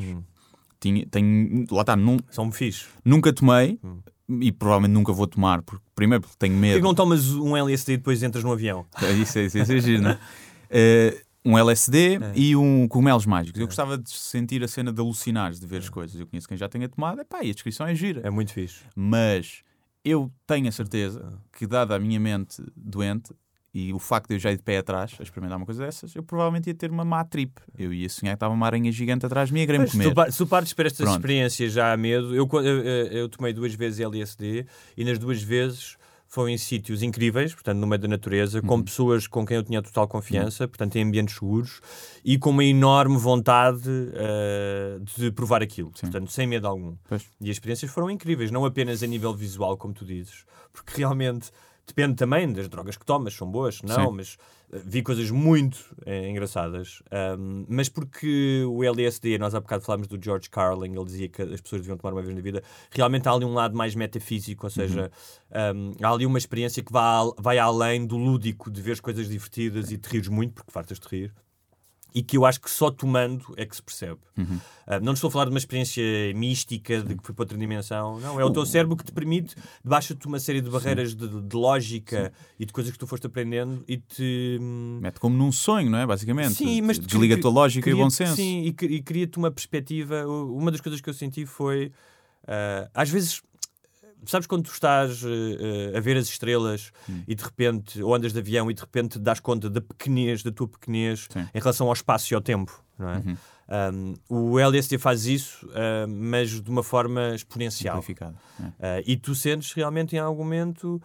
Lá está, São fixe. Nunca tomei e provavelmente nunca vou tomar, primeiro porque tenho medo. Por que não tomas um LSD e depois entras no avião? Isso é giro, não é? Um LSD e um cogumelos mágicos. Eu gostava de sentir a cena de alucinares, de ver as coisas. Eu conheço quem já tenha tomado, e a descrição é gira. É muito fixe. Mas eu tenho a certeza que, dada a minha mente doente e o facto de eu já ir de pé atrás a experimentar uma coisa dessas, eu provavelmente ia ter uma má trip. Eu ia sonhar que estava uma aranha gigante atrás de mim a querer-me comer. Se tu partes para estas experiências já há medo, eu tomei 2 vezes LSD e nas 2 vezes foi em sítios incríveis, portanto no meio da natureza, com pessoas com quem eu tinha total confiança, portanto em ambientes seguros e com uma enorme vontade de provar aquilo, portanto sem medo algum. Pois. E as experiências foram incríveis, não apenas a nível visual, como tu dizes, porque realmente depende também das drogas que tomas, são boas, não, mas vi coisas muito engraçadas, mas porque o LSD, nós há bocado falámos do George Carlin, ele dizia que as pessoas deviam tomar uma vez na vida, realmente há ali um lado mais metafísico, ou seja, há ali uma experiência que vai além do lúdico de ver coisas divertidas e te rires muito, porque fartas de rir. E que eu acho que só tomando é que se percebe. Não estou a falar de uma experiência mística, de que foi para outra dimensão. Não, é o teu cérebro que te permite, baixa-te uma série de barreiras de lógica e de coisas que tu foste aprendendo e te... Mete como num sonho, não é? Basicamente. Sim, mas desliga a tua lógica e o bom senso. Sim, e cria-te uma perspectiva. Uma das coisas que eu senti foi... às vezes... Sabes quando tu estás a ver as estrelas e de repente, ou andas de avião e de repente dás conta da tua pequenez em relação ao espaço e ao tempo, não é? O LSD faz isso, mas de uma forma exponencial. E tu sentes realmente em algum momento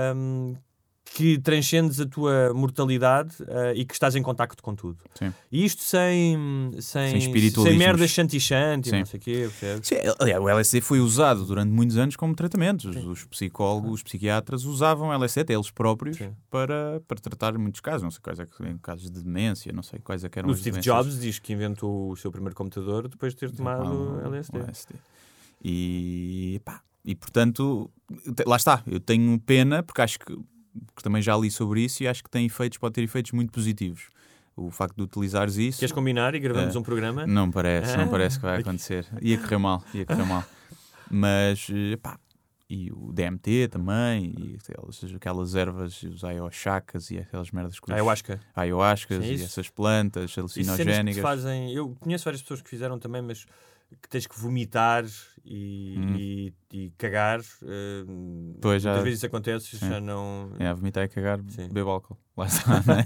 que transcendes a tua mortalidade e que estás em contacto com tudo. Sim. E isto sem merdas shanti-shanti, não sei o quê. Sim, o LSD foi usado durante muitos anos como tratamentos. Os psicólogos, os psiquiatras usavam LSD, até eles próprios, para tratar muitos casos. Não sei quais casos de demência, não sei quais eram as demências. Steve Jobs diz que inventou o seu primeiro computador depois de ter tomado LSD. E portanto, lá está. Eu tenho pena, porque acho que também já li sobre isso e acho que pode ter efeitos muito positivos. O facto de utilizares isso... Queres combinar e gravamos um programa? Não parece que vai acontecer. Ia correr mal. Mas, e o DMT também, e aquelas ervas, os ayahuascas e aquelas merdas... Ayahuascas e essas plantas alucinogénicas. Eu conheço várias pessoas que fizeram também, mas que tens que vomitar e cagar. Pois muitas vezes isso acontece, já não... vomitar e cagar, bebo álcool. Lá está, não é?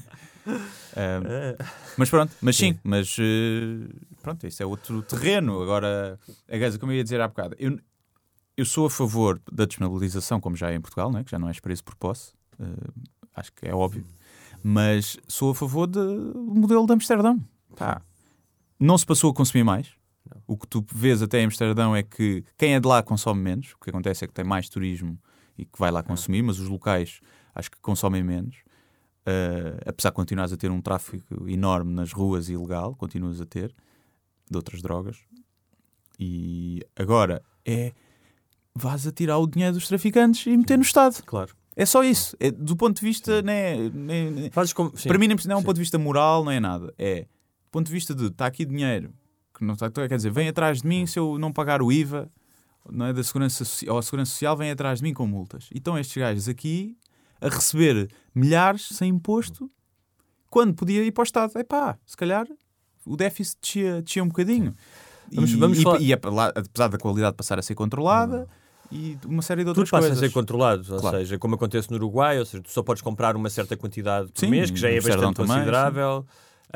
Mas pronto, mas isso é outro terreno. Agora, como eu ia dizer há bocado, eu sou a favor da despenalização, como já é em Portugal, não é? Que já não és preso por posse. Acho que é óbvio. Mas sou a favor do modelo de Amsterdão. Não se passou a consumir mais. O que tu vês até em Amsterdão é que quem é de lá consome menos. O que acontece é que tem mais turismo e que vai lá consumir, mas os locais acho que consomem menos. Apesar de continuares a ter um tráfico enorme nas ruas ilegal, continuas a ter, de outras drogas. E agora vais a tirar o dinheiro dos traficantes e meter no Estado. Claro. É só isso. Do ponto de vista... Para mim não é um ponto de vista moral, não é nada. É do ponto de vista de está aqui dinheiro que não está, quer dizer, vem atrás de mim se eu não pagar o IVA, não é, da Segurança Social, ou a Segurança Social vem atrás de mim com multas. E estão estes gajos aqui a receber milhares sem imposto quando podia ir para o Estado. Se calhar o déficit descia um bocadinho. Vamos falar... E apesar da qualidade passar a ser controlada e uma série de outras tudo passa coisas. a ser controlado, ou Claro. seja, como acontece no Uruguai, ou seja, tu só podes comprar uma certa quantidade por Sim, mês, que já é Amsterdão bastante também, considerável.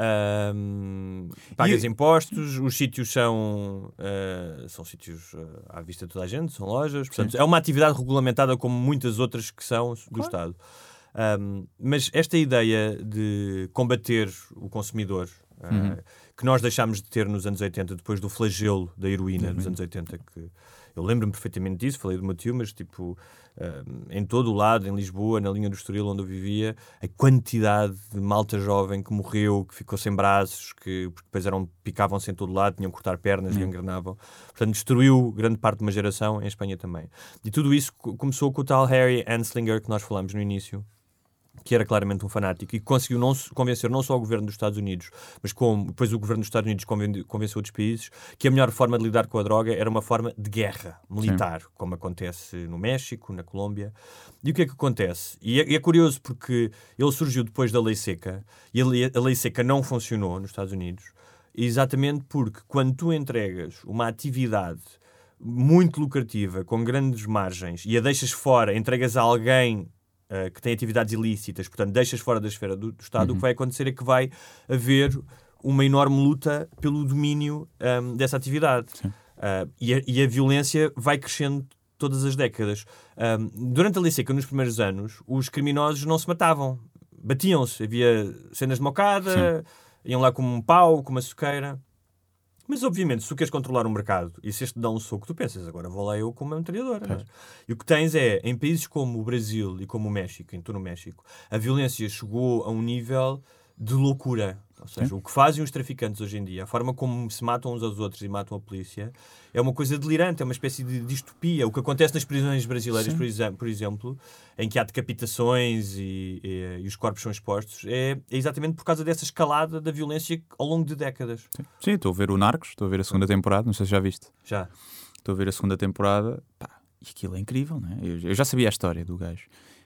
Pagas impostos, os sítios são sítios à vista de toda a gente, são lojas, portanto é uma atividade regulamentada como muitas outras que são do Estado. Mas esta ideia de combater o consumidor, que nós deixámos de ter nos anos 80, depois do flagelo da heroína dos anos 80, que eu lembro-me perfeitamente disso, falei do meu tio, mas tipo, em todo o lado, em Lisboa, na linha do Estoril onde eu vivia, a quantidade de malta jovem que morreu, que ficou sem braços, porque depois picavam-se em todo lado, tinham que cortar pernas e engranavam. Portanto, destruiu grande parte de uma geração, em Espanha também. E tudo isso começou com o tal Harry Anslinger, que nós falámos no início, que era claramente um fanático e que conseguiu convencer não só o governo dos Estados Unidos, mas como depois o governo dos Estados Unidos convenceu outros países que a melhor forma de lidar com a droga era uma forma de guerra militar, como acontece no México, na Colômbia. E o que é que acontece? E é curioso porque ele surgiu depois da lei seca e a lei seca não funcionou nos Estados Unidos, exatamente porque quando tu entregas uma atividade muito lucrativa, com grandes margens, e a deixas fora, entregas a alguém que tem atividades ilícitas, portanto, deixas fora da esfera do Estado, o que vai acontecer é que vai haver uma enorme luta pelo domínio dessa atividade. E a violência vai crescendo todas as décadas. Durante a lei seca, nos primeiros anos, os criminosos não se matavam. Batiam-se. Havia cenas de mocada, iam lá com um pau, com uma soqueira. Mas, obviamente, se tu queres controlar o mercado e se este dá um soco, tu pensas, agora vou lá eu como uma metralhadora. Não é? E o que tens é, em países como o Brasil e como o México, no México, a violência chegou a um nível de loucura. Ou seja, o que fazem os traficantes hoje em dia, a forma como se matam uns aos outros e matam a polícia, é uma coisa delirante, é uma espécie de distopia. O que acontece nas prisões brasileiras, por exemplo, em que há decapitações e os corpos são expostos, é exatamente por causa dessa escalada da violência ao longo de décadas. Sim, estou a ver o Narcos, estou a ver a segunda temporada, não sei se já viste. Já. Estou a ver a segunda temporada, e aquilo é incrível, não é? Eu já sabia a história do gajo.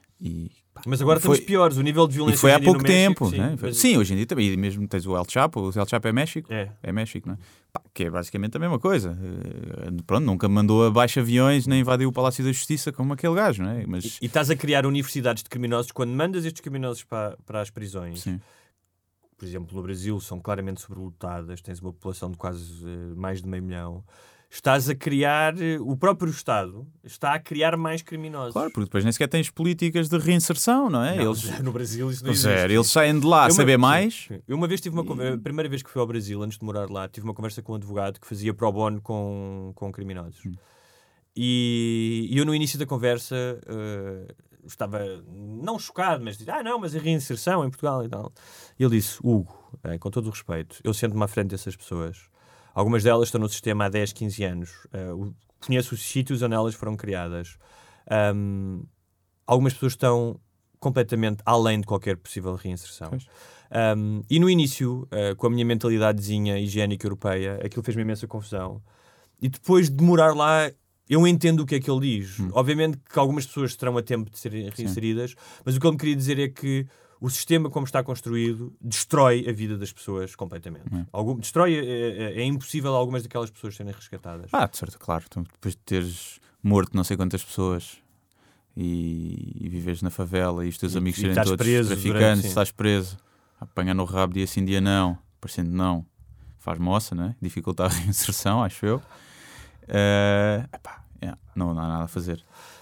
Mas agora estamos piores, o nível de violência. E foi há pouco tempo, México, né? Sim, hoje em dia também. E mesmo tens o El Chapo é México. É México, não é? Que é basicamente a mesma coisa. Pronto, nunca mandou abaixo aviões nem invadiu o Palácio da Justiça como aquele gajo, não é? Mas... E estás a criar universidades de criminosos quando mandas estes criminosos para as prisões. Sim. Por exemplo, no Brasil são claramente sobrelotadas, tens uma população de quase mais de 500 mil. Estás a criar, o próprio Estado está a criar mais criminosos. Claro, porque depois nem sequer tens políticas de reinserção, não é? Não, no Brasil isso não existe. Eles saem de lá a saber mais. Eu uma vez tive a primeira vez que fui ao Brasil, antes de morar lá, tive uma conversa com um advogado que fazia pro bono com criminosos. E eu no início da conversa estava, não chocado, mas disse, mas a reinserção em Portugal e tal. E ele disse, Hugo, com todo o respeito, eu sento-me à frente dessas pessoas. Algumas delas estão no sistema há 10, 15 anos. Conheço os sítios onde elas foram criadas. Algumas pessoas estão completamente além de qualquer possível reinserção. E no início, com a minha mentalidadezinha higiênica europeia, aquilo fez-me imensa confusão. E depois de morar lá, eu entendo o que é que ele diz. Obviamente que algumas pessoas terão a tempo de serem reinseridas, mas o que ele me queria dizer é que o sistema, como está construído, destrói a vida das pessoas completamente. É impossível algumas daquelas pessoas serem resgatadas. De certo, claro. Então, depois de teres morto não sei quantas pessoas e viveres na favela e os teus amigos serem todos traficantes, estás preso, apanhar no rabo dia sim, dia não, parecendo não, faz moça, não é? Dificulta a reinserção, acho eu. Não há nada a fazer.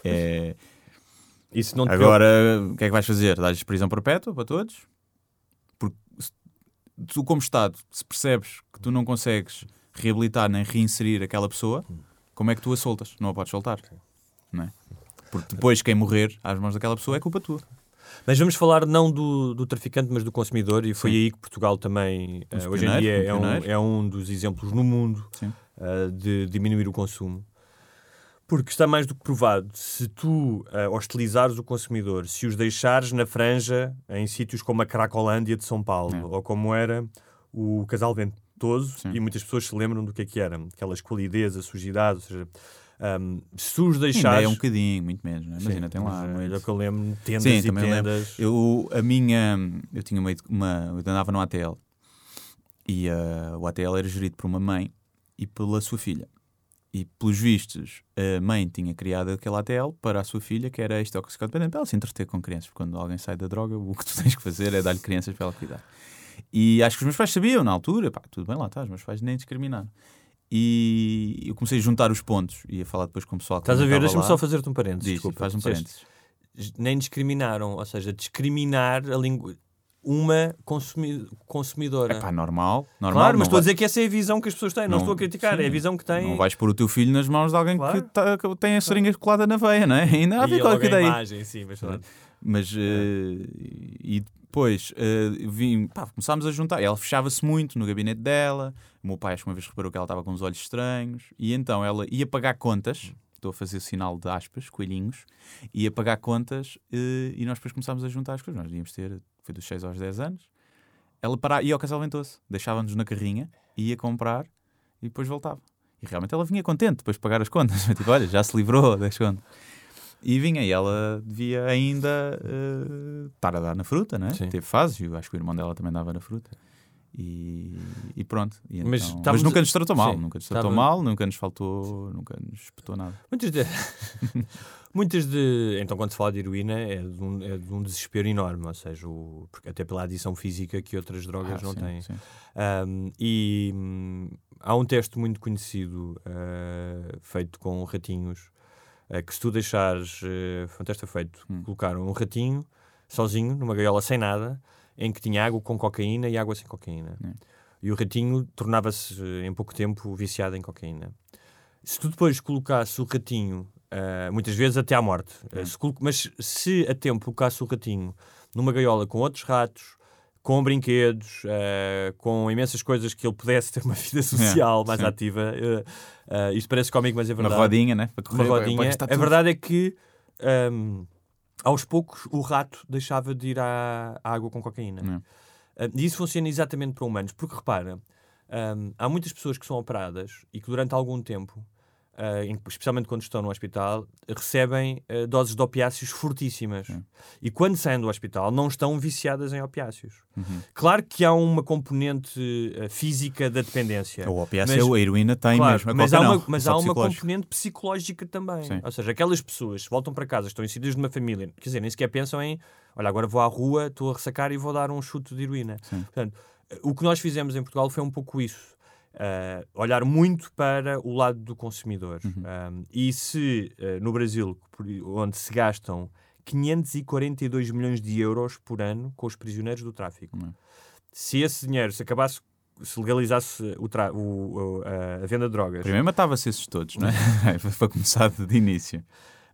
Agora, o que é que vais fazer? Dás prisão perpétua para todos? Porque tu, como Estado, se percebes que tu não consegues reabilitar nem reinserir aquela pessoa, como é que tu a soltas? Não a podes soltar, não é? Porque depois quem morrer às mãos daquela pessoa é culpa tua. Mas vamos falar não do traficante, mas do consumidor, e foi aí que Portugal também, hoje em dia, é um dos exemplos no mundo de diminuir o consumo. Porque está mais do que provado, se tu hostilizares o consumidor, se os deixares na franja em sítios como a Cracolândia de São Paulo, ou como era o Casal Ventoso, e muitas pessoas se lembram do que é que era, aquela esqualidez, a sujidade, ou seja, se tu os deixares... Ainda é um bocadinho, muito menos, não é? Mas ainda tem lá. É o que eu lembro, tendas e tendas. Eu andava no ATL e o ATL era gerido por uma mãe e pela sua filha. E, pelos vistos, a mãe tinha criado aquele ATL para a sua filha, que era ex-toxicodependente, para ela se entreter com crianças. Porque quando alguém sai da droga, o que tu tens que fazer é dar-lhe crianças para ela cuidar. E acho que os meus pais sabiam, na altura, tudo bem, lá está, os meus pais nem discriminaram. E eu comecei a juntar os pontos e a falar depois com o pessoal que estás a ver, deixa-me lá. só fazer-te um parênteses. Desculpa, faz um parênteses. Nem discriminaram, ou seja, discriminar a língua... uma consumidora. Normal. Claro, mas estou a dizer que essa é a visão que as pessoas têm. Não estou a criticar, é a visão que têm. Não vais pôr o teu filho nas mãos de alguém que tem a seringa colada na veia, não é? Ainda há e qualquer ideia. Imagem, sim, mas e depois começámos a juntar. Ela fechava-se muito no gabinete dela. O meu pai, acho que uma vez reparou que ela estava com os olhos estranhos. E então ela ia pagar contas. Estou a fazer o sinal de aspas, coelhinhos. Ia pagar contas e nós depois começámos a juntar as coisas. Nós íamos ter... Foi dos 6 aos 10 anos. Ela ia ao Casal Ventoso. Deixava-nos na carrinha, ia comprar e depois voltava. E realmente ela vinha contente depois de pagar as contas. Tipo, olha, já se livrou das contas. E vinha, e ela devia ainda estar a dar na fruta, não é? Sim. Teve fases, eu acho que o irmão dela também dava na fruta. E pronto. E então, mas nunca nos tratou mal. Sim, nunca nos tratou mal, nunca nos faltou, nunca nos espetou nada. Muitas de... Então, quando se fala de heroína, é de um desespero enorme, ou seja, porque até pela adição física que outras drogas não têm. Sim. Há um teste muito conhecido feito com ratinhos, que se tu deixares... foi um teste feito. Colocaram um ratinho sozinho, numa gaiola sem nada, em que tinha água com cocaína e água sem cocaína. E o ratinho tornava-se, em pouco tempo, viciado em cocaína. Se tu depois colocasses o ratinho, muitas vezes até à morte, mas se a tempo colocasse o ratinho numa gaiola com outros ratos, com brinquedos, com imensas coisas que ele pudesse ter uma vida social mais ativa, isto parece cómico, mas é verdade. Uma rodinha, né? Para correr, uma rodinha. A verdade é que... aos poucos o rato deixava de ir à água com cocaína. E isso funciona exatamente para humanos, porque repara, há muitas pessoas que são operadas e que durante algum tempo, especialmente quando estão no hospital, recebem doses de opiáceos fortíssimas. E quando saem do hospital não estão viciadas em opiáceos. Claro que há uma componente física da dependência. O opiáceo, a heroína tem, claro, mesmo. Mas há uma componente psicológica também. Sim. Ou seja, aquelas pessoas voltam para casa, estão inseridas numa família, quer dizer, nem sequer pensam em olha, agora vou à rua, estou a ressacar e vou dar um chute de heroína. Portanto, o que nós fizemos em Portugal foi um pouco isso. Olhar muito para o lado do consumidor. E se no Brasil, onde se gastam 542 milhões de euros por ano com os prisioneiros do tráfico, se esse dinheiro se legalizasse a venda de drogas... Primeiro matava-se esses todos, não é? Para começar de início.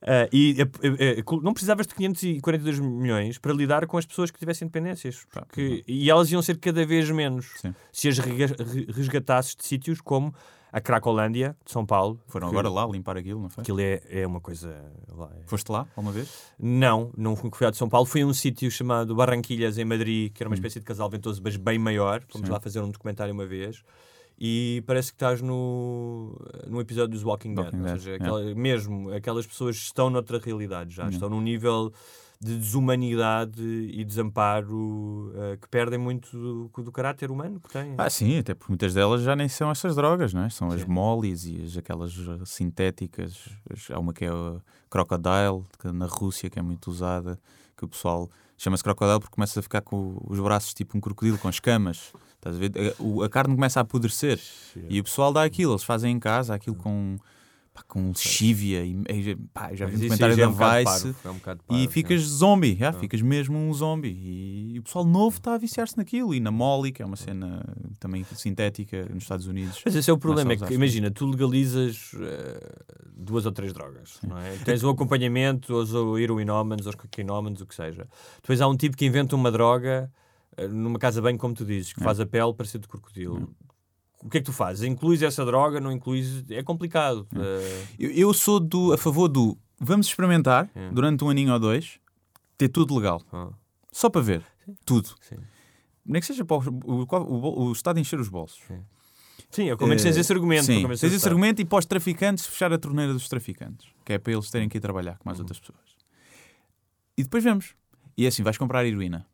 Não precisavas de 542 milhões para lidar com as pessoas que tivessem dependências. E elas iam ser cada vez menos. Sim. Se as resgatasses de sítios como a Cracolândia de São Paulo. Foram agora lá limpar aquilo, não foi? Aquilo é uma coisa... Foste lá alguma vez? Não fui a de São Paulo. Fui a um sítio chamado Barranquilhas, em Madrid, que era uma espécie de Casal Ventoso, mas bem maior. Fomos lá fazer um documentário uma vez. E parece que estás no episódio dos Walking Dead. Ou seja, mesmo aquelas pessoas estão noutra realidade já. Estão num nível de desumanidade e desamparo que perdem muito do caráter humano que têm. Sim, até porque muitas delas já nem são essas drogas, não é? São as molis e aquelas sintéticas. Há uma que é a Crocodile, que na Rússia, que é muito usada, que o pessoal chama-se Crocodile porque começa a ficar com os braços tipo um crocodilo, com escamas. Estás a ver? A carne começa a apodrecer. E o pessoal dá aquilo, eles fazem em casa aquilo com lexívia já vi um comentário da Vice e ficas zombie, ficas mesmo um zombie e o pessoal novo está a viciar-se naquilo. E na Molly, que é uma cena também sintética nos Estados Unidos. Mas esse é o problema, é que imagina, tu legalizas 2 ou 3 drogas, não é? Tens um acompanhamento, ou heroinómanos, ou cocainómanos, o que seja. Depois há um tipo que inventa uma droga numa casa bem, como tu dizes, que faz a pele parecer de crocodilo. O que é que tu fazes? Incluís essa droga, não incluís? É complicado. Eu sou a favor do vamos experimentar durante 1 aninho ou 2, ter tudo legal. Só para ver. Tudo. Sim. Nem que seja para o Estado encher os bolsos. Sim, ao menos tens esse argumento. Sim, tens esse argumento e para os traficantes fechar a torneira dos traficantes. Que é para eles terem que ir trabalhar com mais outras pessoas. E depois vemos. E é assim, vais comprar heroína.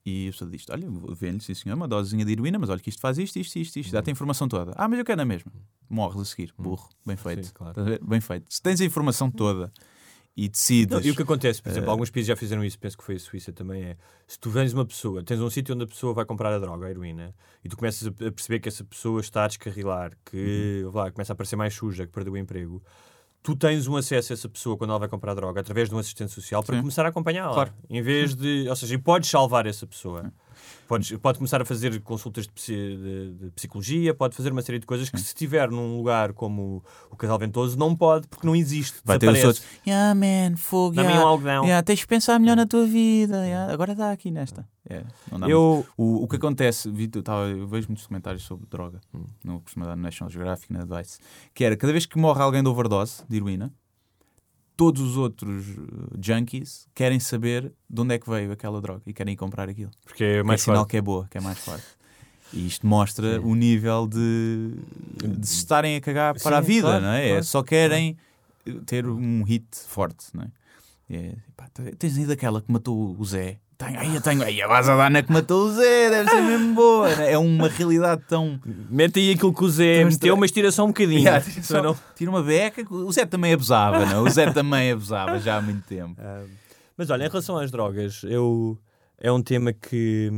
E a pessoa diz: olha, vende-lhe, sim senhor, uma dosezinha de heroína, mas olha que isto faz isto, dá-te a informação toda. Ah, mas eu quero na mesma. Morres a seguir, burro, bem feito. Sim, claro. Estás a ver? Bem feito. Se tens a informação toda e decides... E o que acontece, por exemplo, alguns países já fizeram isso, penso que foi a Suíça também, se tu vens uma pessoa, tens um sítio onde a pessoa vai comprar a droga, a heroína, e tu começas a perceber que essa pessoa está a descarrilar, que começa a parecer mais suja, que perdeu o emprego, tu tens um acesso a essa pessoa quando ela vai comprar a droga através de um assistente social para começar a acompanhá-la. Claro. Em vez de... Ou seja, e podes salvar essa pessoa. Pode começar a fazer consultas de psicologia, pode fazer uma série de coisas que se estiver num lugar como o Casal Ventoso não pode, porque não existe. Vai ter os outros. Fogo, Dá-me um algodão. tens de pensar melhor na tua vida. Agora dá aqui nesta. Não dá muito. O que acontece, eu vejo muitos comentários sobre droga, no National Geographic, na Vice, que era, cada vez que morre alguém de overdose de heroína, todos os outros junkies querem saber de onde é que veio aquela droga e querem ir comprar aquilo. Porque é mais sinal forte. que é boa, que é mais forte. E isto mostra o nível de se estarem a cagar para a vida, claro, não é? Claro. Só querem ter um hit forte, não é? Tens aí daquela que matou o Zé. Tenho. Aí a base da Ana que matou o Zé, deve ser mesmo boa. Né? É uma realidade tão... Mete aí aquilo que o Zé meteu, mas tira só um bocadinho. Tira uma beca. O Zé também abusava, não? O Zé também abusava já há muito tempo. Mas olha, em relação às drogas, é um tema que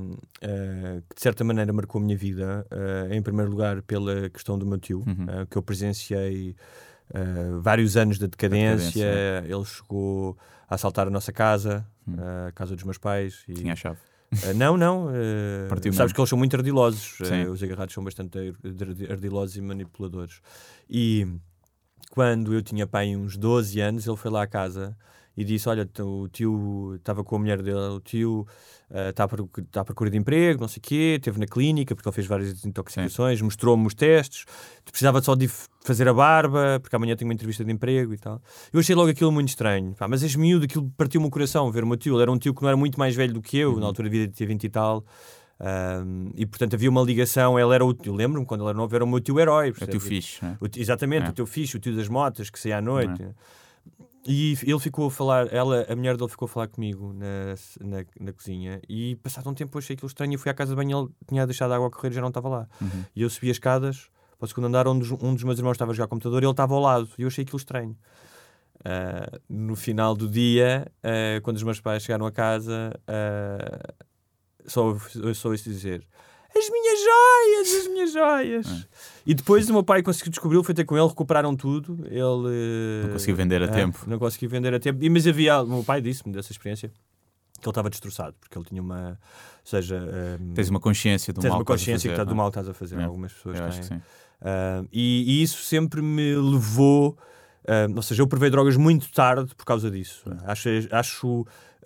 de certa maneira marcou a minha vida. Em primeiro lugar pela questão do meu tio, que eu presenciei vários anos da decadência. Ele chegou a assaltar a nossa casa, a casa dos meus pais. E... Tinha a chave. Não. Sabes que eles são muito ardilosos. Os agarrados são bastante ardilosos e manipuladores. E quando eu tinha pai uns 12 anos, ele foi lá à casa e disse: olha, o tio estava com a mulher dele, o tio está à procura de emprego, não sei o quê, esteve na clínica porque ele fez várias desintoxicações, mostrou-me os testes, precisava só de fazer a barba porque amanhã tenho uma entrevista de emprego e tal. Eu achei logo aquilo muito estranho, mas és miúdo, aquilo partiu-me o coração ver o meu tio. Ele era um tio que não era muito mais velho do que eu, na altura de vida tinha 20 e tal. E portanto havia uma ligação. Ele era eu lembro-me quando ele era novo, era o meu tio herói. É o tio fixe, não é? Exatamente, o tio fixe, o tio das motas que saía à noite. E ele ficou a falar, a mulher dele ficou a falar comigo na cozinha, e passado um tempo eu achei aquilo estranho. Eu fui à casa de banho, ele tinha deixado a água a correr e já não estava lá. E eu subi as escadas para o segundo andar, onde um dos meus irmãos estava a jogar computador, e ele estava ao lado, e eu achei aquilo estranho. No final do dia, quando os meus pais chegaram a casa, só ouço dizer: as minhas joias. E depois o meu pai conseguiu descobri-lo, foi ter com ele, recuperaram tudo. Ele não conseguiu vender a tempo. Não conseguiu vender a tempo. Mas o meu pai disse-me dessa experiência que ele estava destroçado, porque ele tinha uma... Ou seja... tens uma consciência do mal. Tens uma consciência que do mal que estás a fazer. Algumas pessoas têm. Acho que sim. E isso sempre me levou... ou seja, eu provei drogas muito tarde por causa disso. Acho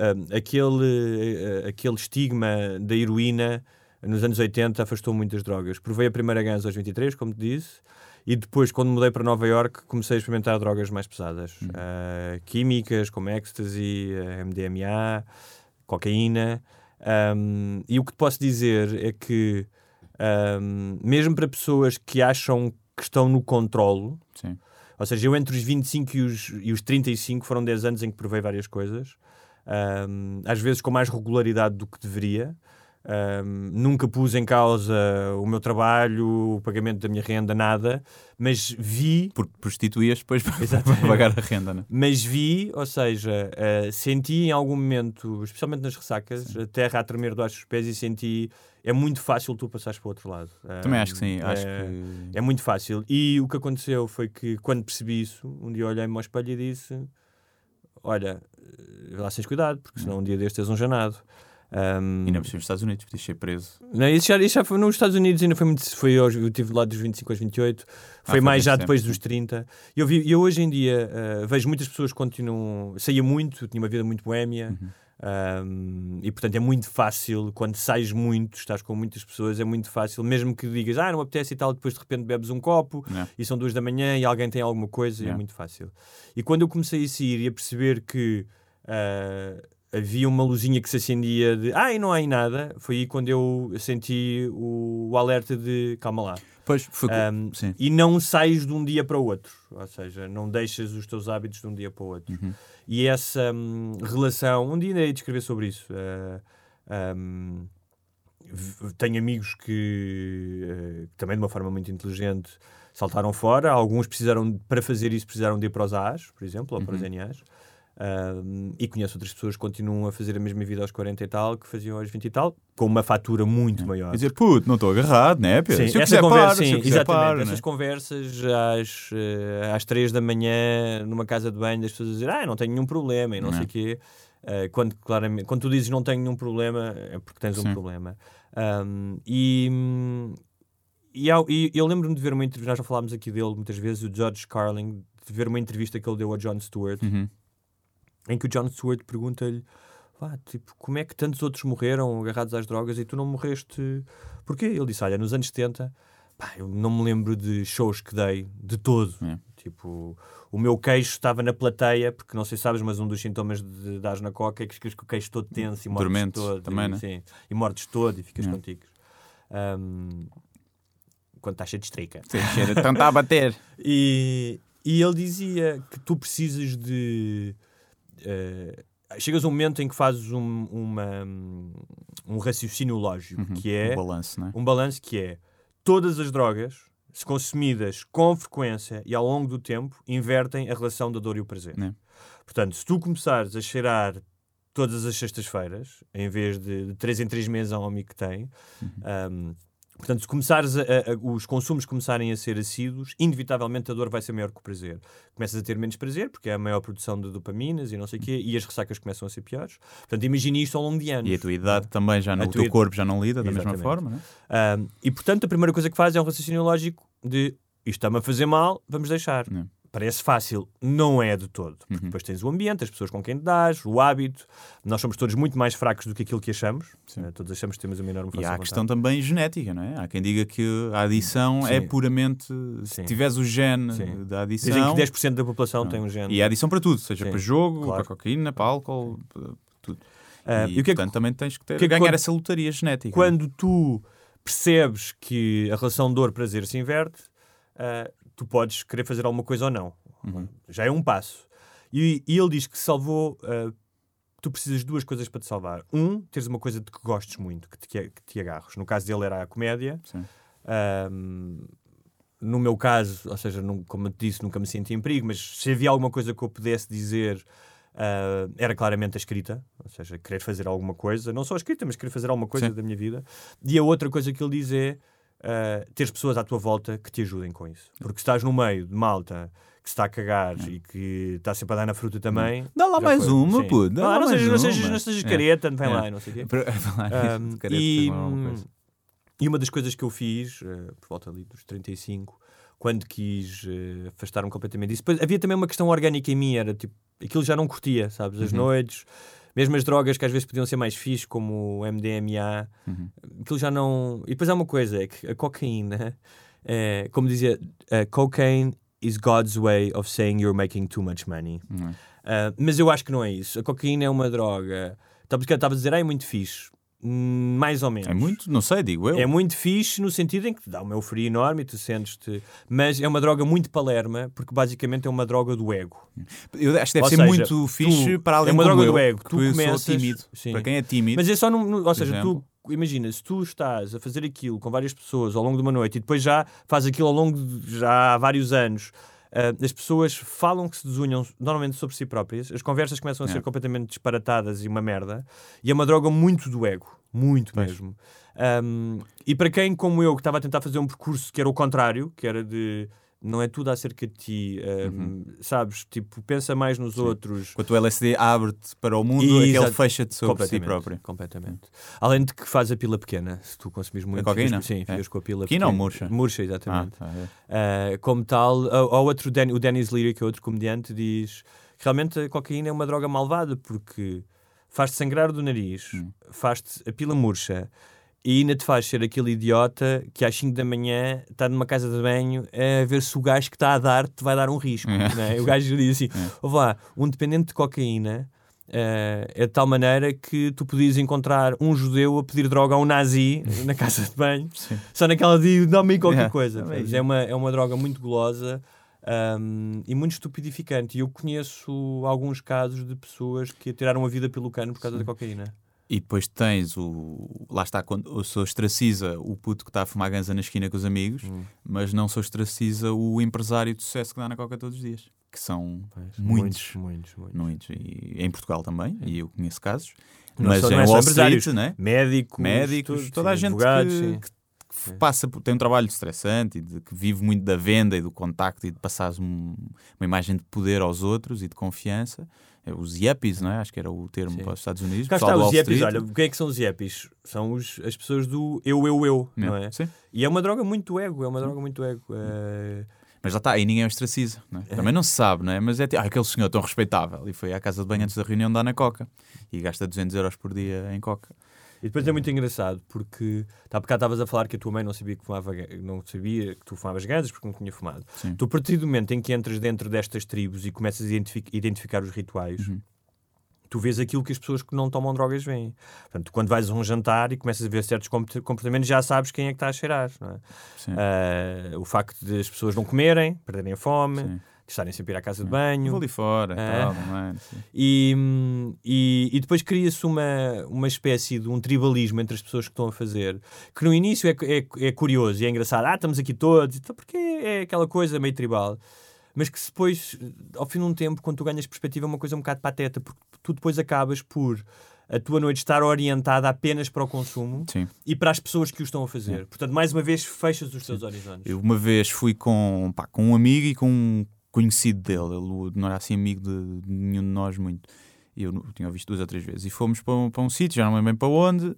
aquele estigma da heroína nos anos 80 afastou muitas drogas. Provei a primeira Guns aos 23, como te disse, e depois, quando mudei para Nova Iorque, comecei a experimentar drogas mais pesadas. Químicas, como ecstasy, MDMA, cocaína. E o que te posso dizer é que, mesmo para pessoas que acham que estão no controlo, sim. Ou seja, eu entre os 25 e os 35 foram 10 anos em que provei várias coisas, às vezes com mais regularidade do que deveria. Nunca pus em causa o meu trabalho, o pagamento da minha renda, nada, mas vi... Porque prostituías depois para pagar a renda, não é? Mas vi, ou seja, senti em algum momento, especialmente nas ressacas, a terra a tremer debaixo dos pés, e senti... É muito fácil tu passares para o outro lado. Também acho que sim. É muito fácil. E o que aconteceu foi que, quando percebi isso, um dia olhei-me ao espelho e disse: olha, vê lá, tens cuidado, porque senão um dia destes és um janado. E não nos Estados Unidos, podias ser preso. Não, isso já foi nos Estados Unidos, ainda foi muito. Eu estive lá dos 25 aos 28, foi mais já depois dos 30. Eu hoje em dia vejo muitas pessoas que continuam. Saía muito, tinha uma vida muito boémia. E portanto é muito fácil, quando sais muito, estás com muitas pessoas, é muito fácil, mesmo que digas não apetece e tal, depois de repente bebes um copo e são 2 da manhã e alguém tem alguma coisa, é muito fácil. E quando eu comecei a sair e a perceber que havia uma luzinha que se acendia de e não há aí nada, foi aí quando eu senti o alerta de calma lá. Pois, foi e não sais de um dia para o outro, ou seja, não deixas os teus hábitos de um dia para o outro. E essa relação, um dia ainda hei de escrever sobre isso, Tenho amigos que também de uma forma muito inteligente saltaram fora. Alguns para fazer isso precisaram de ir para os AAs, por exemplo, ou para os NAs. E conheço outras pessoas que continuam a fazer a mesma vida aos 40 e tal, que faziam aos 20 e tal, com uma fatura muito maior. Quer dizer, puto, não estou agarrado, né, Pedro? Sim, se eu quiser parar, sim, se eu quiser exatamente. parar, Essas né? conversas às 3 da manhã numa casa de banho, das pessoas a dizer, não tenho nenhum problema e não sei o quê. Quando tu dizes não tenho nenhum problema, é porque tens um problema. E eu lembro-me de ver uma entrevista, nós já falámos aqui dele muitas vezes, o George Carlin, de ver uma entrevista que ele deu a Jon Stewart, em que o Jon Stewart pergunta-lhe, tipo, como é que tantos outros morreram agarrados às drogas e tu não morreste? Porquê? Ele disse, olha, nos anos 70, eu não me lembro de shows que dei, de todo. Tipo, o meu queixo estava na plateia, porque não sei se sabes, mas um dos sintomas de dares na coca é que ficas com o queixo todo tenso e mordes todo. Também, né? Sim, e mordes todo e ficas contigo. Quando estás cheio de estrica. Sim, então está a bater. E ele dizia que tu precisas de... chegas a um momento em que fazes um raciocínio lógico, que é... Um balanço, que é todas as drogas, se consumidas com frequência e ao longo do tempo, invertem a relação da dor e o prazer. Portanto, se tu começares a cheirar todas as sextas-feiras, em vez de 3 em 3 meses a homem que tem... Portanto, se começares os consumos começarem a ser assíduos, inevitavelmente a dor vai ser maior que o prazer. Começas a ter menos prazer, porque é a maior produção de dopaminas e não sei o quê, e as ressacas começam a ser piores. Portanto, imagine isto ao longo de anos. E a tua idade também, o teu corpo já não lida da mesma forma. Não é? E, portanto, a primeira coisa que faz é um raciocínio lógico de isto está-me a fazer mal, vamos deixar. Parece fácil, não é de todo. Porque depois tens o ambiente, as pessoas com quem te dás, o hábito. Nós somos todos muito mais fracos do que aquilo que achamos. Todos achamos que temos uma enorme força. E há a questão também genética, não é? Há quem diga que a adição é puramente... Se tiveres o gene da adição... Dizem que 10% da população tem um gene. E há adição para tudo, seja para jogo, para cocaína, para álcool, para tudo. E portanto também tens que ganhar essa lotaria genética. Quando tu percebes que a relação dor-prazer se inverte... tu podes querer fazer alguma coisa ou não. Já é um passo. E ele diz que salvou... tu precisas de 2 coisas para te salvar. Teres uma coisa de que gostes muito, que te agarres. No caso dele era a comédia. No meu caso, ou seja, como eu te disse, nunca me senti em perigo, mas se havia alguma coisa que eu pudesse dizer... era claramente a escrita, ou seja, querer fazer alguma coisa, não só a escrita, mas querer fazer alguma coisa da minha vida. E a outra coisa que ele diz é teres pessoas à tua volta que te ajudem com isso. Porque se estás no meio de malta que se está a cagar e que está sempre a dar na fruta também... Dá lá mais uma, pô. Não sejas careta, vem lá, não sei o quê. E uma das coisas que eu fiz, por volta ali dos 35, quando quis afastar-me completamente disso, depois havia também uma questão orgânica em mim, era tipo, aquilo já não curtia, sabes? As noites... Mesmo as drogas que às vezes podiam ser mais fixe, como o MDMA, aquilo já não... E depois há uma coisa, é que a cocaína, como dizia, cocaine is God's way of saying you're making too much money. Mas eu acho que não é isso. A cocaína é uma droga... Estava a dizer, é muito fixe. Mais ou menos. É muito, não sei, digo eu. É muito fixe no sentido em que te dá uma euforia enorme e tu sentes-te... Mas é uma droga muito palerma, porque basicamente é uma droga do ego. Eu acho que deve ser muito fixe para alguém como eu. É uma droga do ego. Tu começas... sou tímido. Sim. Para quem é tímido... Mas é só... ou seja, tu... Imagina, se tu estás a fazer aquilo com várias pessoas ao longo de uma noite e depois já faz aquilo ao longo de já há vários anos... as pessoas falam que se desunham normalmente sobre si próprias, as conversas começam a ser completamente disparatadas e uma merda, e é uma droga muito do ego, muito mesmo. E para quem, como eu, que estava a tentar fazer um percurso que era o contrário, que era de não é tudo acerca de ti, sabes, tipo, pensa mais nos outros. Quando o LSD abre-te para o mundo, ele fecha-te sobre si próprio. Completamente. Além de que faz a pila pequena, se tu consumires muito. A cocaína? Sim, ficas com a pila pequena. Ou murcha? Murcha, exatamente. Como tal, o Dennis Leary, que é outro comediante, diz que realmente a cocaína é uma droga malvada, porque faz-te sangrar do nariz, faz-te a pila murcha, e ainda te faz ser aquele idiota que às 5 da manhã está numa casa de banho a ver se o gajo que está a dar te vai dar um risco. Né? O gajo diz assim, ouve lá, um dependente de cocaína é de tal maneira que tu podias encontrar um judeu a pedir droga a um nazi na casa de banho, só naquela de dá-me qualquer coisa. É uma droga muito gulosa e muito estupidificante. E eu conheço alguns casos de pessoas que tiraram a vida pelo cano por causa da cocaína. E depois tens lá está, quando só ostraciza o puto que está a fumar ganza na esquina com os amigos, mas não só ostraciza o empresário de sucesso que dá na coca todos os dias. Que são muitos. E em Portugal também, e eu conheço casos. Mas em Wall Street, né? Médicos, toda a gente que passa, tem um trabalho estressante e que vive muito da venda e do contacto e de passares uma imagem de poder aos outros e de confiança. Os yuppies, não é? Acho que era o termo para os Estados Unidos. Cá está, os yuppies, olha, o que é que são os yuppies? São as pessoas do eu, não é? Sim. E é uma droga muito ego, Mas lá está, aí ninguém ostraciza, não é? Também não se sabe, não é? Mas é aquele senhor tão respeitável e foi à casa de banho antes da reunião dar na coca e gasta 200 euros por dia em coca. E depois é muito engraçado porque há bocado estavas a falar que a tua mãe não sabia que tu fumavas ganzas porque não tinha fumado. Sim. Tu, a partir do momento em que entras dentro destas tribos e começas a identificar os rituais, tu vês aquilo que as pessoas que não tomam drogas veem. Portanto, quando vais a um jantar e começas a ver certos comportamentos, já sabes quem é que está a cheirar. Não é? O facto de as pessoas não comerem, perderem a fome, de estarem sempre a ir à casa de banho. Vou ali fora, tal, não é? E depois cria-se uma espécie de um tribalismo entre as pessoas que estão a fazer, que no início é curioso e é engraçado. Estamos aqui todos, então, porque é aquela coisa meio tribal. Mas que depois, ao fim de um tempo, quando tu ganhas perspectiva, é uma coisa um bocado pateta, porque tu depois acabas por a tua noite estar orientada apenas para o consumo e para as pessoas que o estão a fazer. Portanto, mais uma vez, fechas os teus horizontes. Eu uma vez fui com um amigo e com um conhecido dele. Ele não era assim amigo de nenhum de nós muito. Eu tinha visto 2 ou 3 vezes. E fomos para um sítio, já não lembro bem para onde.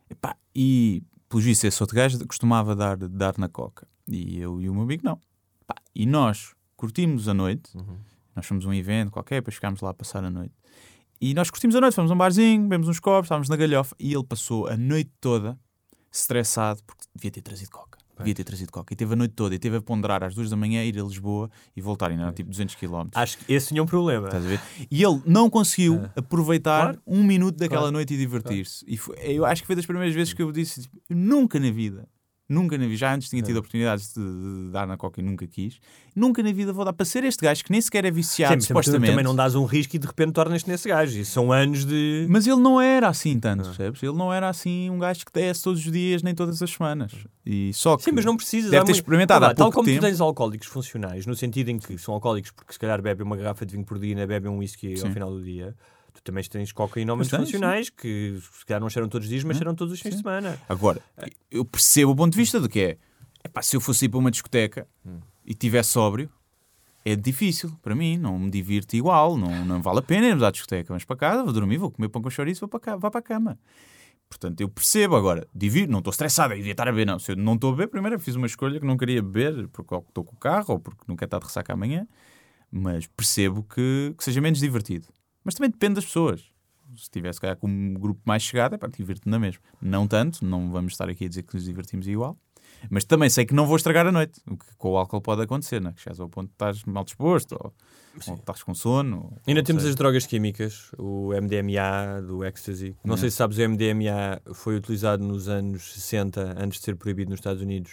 E pelo visto, esse outro gajo costumava dar na coca. E eu e o meu amigo não. E nós curtimos a noite. Nós fomos a um evento qualquer, depois ficámos lá a passar a noite. E nós curtimos a noite, fomos a um barzinho, bebemos uns copos, estávamos na galhofa. E ele passou a noite toda estressado porque devia ter trazido coca. E teve a noite toda, e teve a ponderar às 2 da manhã, ir a Lisboa e voltar, ainda era tipo 200 km. Acho que esse tinha um problema. Estás a ver? E ele não conseguiu aproveitar um minuto daquela noite e divertir-se. E eu acho que foi das primeiras vezes que eu disse, nunca na vida, já antes tinha tido oportunidades de dar na coca e nunca quis, nunca na vida vou dar para ser este gajo que nem sequer é viciado, supostamente. Também não dás um risco e de repente tornas-te nesse gajo. Isso são anos de... Mas ele não era assim tanto, percebes? Ele não era assim um gajo que desce todos os dias, nem todas as semanas. E só que mas não precisas. Deve ter experimentado há pouco tal como tempo. Tu tens alcoólicos funcionais, no sentido em que são alcoólicos porque se calhar bebem uma garrafa de vinho por dia, bebem um whisky ao final do dia. Tu também tens cocainómanos funcionais que se calhar não cheiram todos os dias, mas cheiram todos os fins de semana. Agora, eu percebo o ponto de vista de que se eu fosse ir para uma discoteca e estivesse sóbrio, é difícil para mim, não me divirto igual, não vale a pena irmos à discoteca. Vamos para casa, vou dormir, vou comer pão com chouriço, vou para a cama. Portanto, eu percebo agora, divirto, não estou estressado, eu devia estar a beber, não. Se eu não estou a beber, primeiro eu fiz uma escolha que não queria beber, porque estou com o carro ou porque não quero estar de ressaca amanhã, mas percebo que seja menos divertido. Mas também depende das pessoas. Se tivesse com um grupo mais chegado, divirto-me na mesma. Não tanto, não vamos estar aqui a dizer que nos divertimos igual. Mas também sei que não vou estragar a noite. O que com o álcool pode acontecer, não é? Que chegas ao ponto de estás mal disposto ou estás com sono. Ainda temos as drogas químicas, o MDMA, do Ecstasy. Não sei se sabes, o MDMA foi utilizado nos anos 60, antes de ser proibido nos Estados Unidos,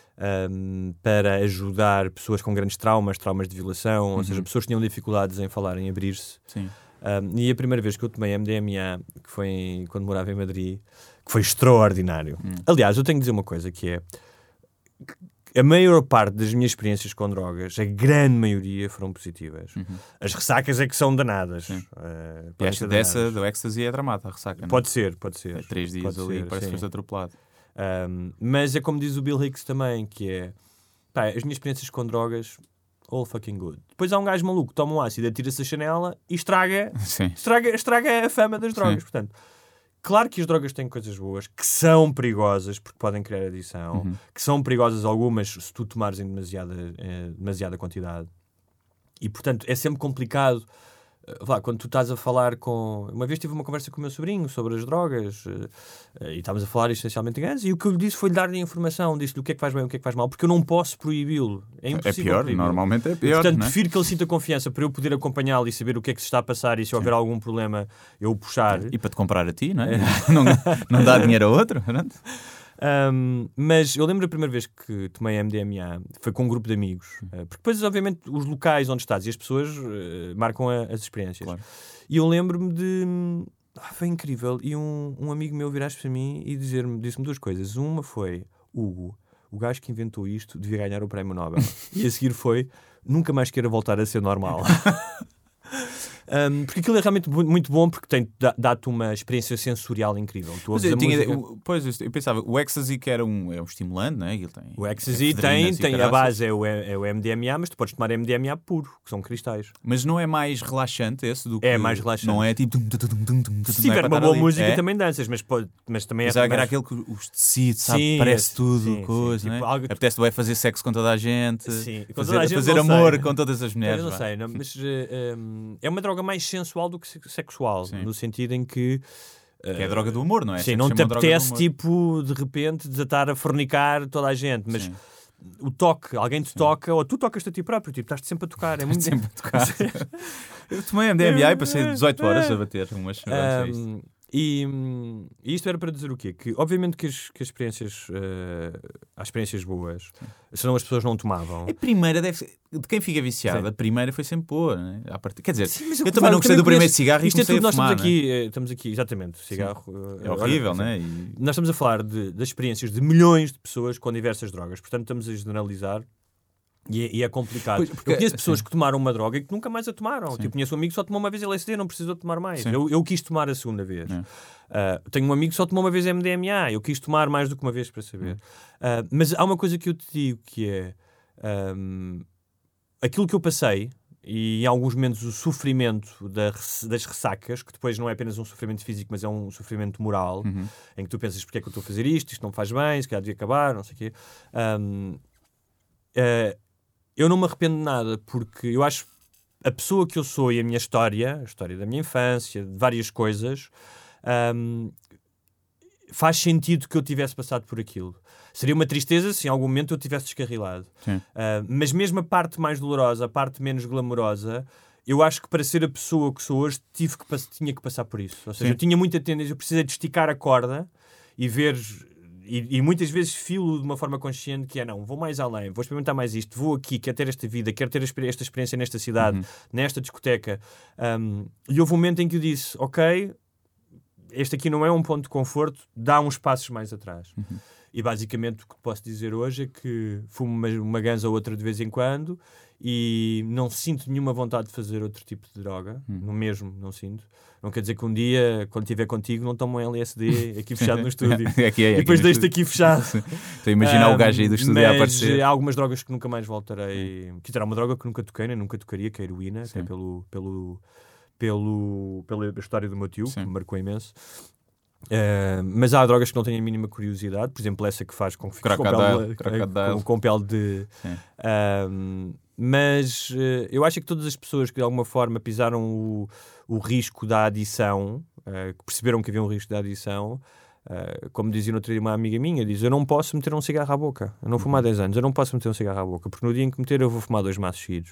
para ajudar pessoas com grandes traumas de violação, ou seja, pessoas que tinham dificuldades em falar, em abrir-se. Sim. E a primeira vez que eu tomei MDMA, que foi quando morava em Madrid, que foi extraordinário. Aliás, eu tenho que dizer uma coisa, que é a maior parte das minhas experiências com drogas, a grande maioria, foram positivas. As ressacas é que são danadas. E esta dessa do Ecstasy é dramática, a ressaca, pode ser. É 3 dias ali, parece que foste atropelado. Mas é como diz o Bill Hicks também, que é as minhas experiências com drogas, all fucking good. Depois há um gajo maluco que toma um ácido, atira-se a chanela e estraga a fama das drogas. Portanto, claro que as drogas têm coisas boas, que são perigosas porque podem criar adição, que são perigosas algumas se tu tomares em demasiada quantidade. E, portanto, é sempre complicado. Quando tu estás a falar com... Uma vez tive uma conversa com o meu sobrinho sobre as drogas e estávamos a falar essencialmente de ganzas, e o que eu lhe disse foi dar-lhe informação, disse-lhe o que é que faz bem e o que é que faz mal, porque eu não posso proibi-lo. É impossível. É pior, normalmente é pior. Portanto, prefiro que ele sinta confiança para eu poder acompanhá-lo e saber o que é que se está a passar, e se houver algum problema eu o puxar. E para te comprar a ti, não é? não dá dinheiro a outro, não é? Mas eu lembro a primeira vez que tomei MDMA foi com um grupo de amigos, porque depois obviamente os locais onde estás e as pessoas marcam as experiências, claro. E eu lembro-me de foi incrível. E um amigo meu virasse para mim e disse-me 2 coisas. Uma foi: Hugo, o gajo que inventou isto devia ganhar o prémio Nobel. E a seguir foi: nunca mais queira voltar a ser normal. Porque aquilo é realmente muito bom, porque dá-te uma experiência sensorial incrível. Tu ouves eu pensava, o Ecstasy que era um estimulante, não é? O Ecstasy tem a base, é o MDMA, mas tu podes tomar MDMA puro, que são cristais. Mas não é mais relaxante esse do que... É mais relaxante. Não é tipo... Se tiver uma boa música também danças, mas também é... Era aquele que os tecidos, sabe? Parece tudo, coisa, não é? Tipo, apetece vai fazer sexo com toda a gente, fazer amor com todas as mulheres. Eu não sei, mas é uma droga mais sensual do que sexual, no sentido em que é a droga do amor, não é? Sim, não te apetece, tipo, de repente, desatar a fornicar toda a gente, mas o toque, alguém te toca, ou tu tocas-te a ti próprio, tipo, estás-te sempre a tocar. É muito sempre a tocar. Eu tomei MDMA e passei 18 horas a bater umas. E isto era para dizer o quê? Que obviamente que as experiências, há experiências boas, senão as pessoas não tomavam. A primeira deve ser, de quem fica viciado, a primeira foi sempre boa, não é? Quer dizer, eu também não gostei do primeiro cigarro e comecei a fumar. Estamos aqui, exatamente, cigarro é horrível, não é? Nós estamos a falar das experiências de milhões de pessoas com diversas drogas, portanto estamos a generalizar. E é complicado. Eu conheço pessoas que tomaram uma droga e que nunca mais a tomaram. Tipo, conheço um amigo que só tomou uma vez LSD, não precisou tomar mais. Eu quis tomar a segunda vez. Tenho um amigo que só tomou uma vez MDMA. Eu quis tomar mais do que uma vez para saber. Mas há uma coisa que eu te digo que é aquilo que eu passei, e em alguns momentos o sofrimento das ressacas, que depois não é apenas um sofrimento físico, mas é um sofrimento moral, em que tu pensas: porque é que eu estou a fazer isto não me faz bem, se calhar devia acabar, não sei o quê. Eu não me arrependo de nada, porque eu acho a pessoa que eu sou e a minha história, a história da minha infância, de várias coisas, faz sentido que eu tivesse passado por aquilo. Seria uma tristeza se em algum momento eu tivesse descarrilado. Mas mesmo a parte mais dolorosa, a parte menos glamourosa, eu acho que para ser a pessoa que sou hoje tinha que passar por isso. Ou seja, eu tinha muita tendência, eu precisei de esticar a corda e ver... E muitas vezes filo de uma forma consciente que não, vou mais além, vou experimentar mais isto, vou aqui, quero ter esta vida, quero ter esta experiência nesta cidade, nesta discoteca. E houve um momento em que eu disse: ok, este aqui não é um ponto de conforto, dá uns passos mais atrás. E basicamente o que posso dizer hoje é que fumo uma ganza ou outra de vez em quando e não sinto nenhuma vontade de fazer outro tipo de droga, no mesmo não sinto. Não quer dizer que um dia, quando estiver contigo, não tomo um LSD aqui fechado no estúdio. E depois deixo-te aqui fechado. Estou a imaginar o gajo aí do estúdio a aparecer. Há algumas drogas que nunca mais voltarei. Que terá uma droga que nunca toquei, nem nunca tocaria, que é a heroína, até pela história do meu tio, que me marcou imenso. Mas há drogas que não têm a mínima curiosidade, por exemplo, essa que faz com que fiques com pele de... Mas eu acho que todas as pessoas que de alguma forma pisaram o risco da adição, que perceberam que havia um risco da adição, como dizia no outro dia uma amiga minha, diz: eu não posso meter um cigarro à boca, eu não fumo há 10 anos, eu não posso meter um cigarro à boca, porque no dia em que meter eu vou fumar 2 maços seguidos.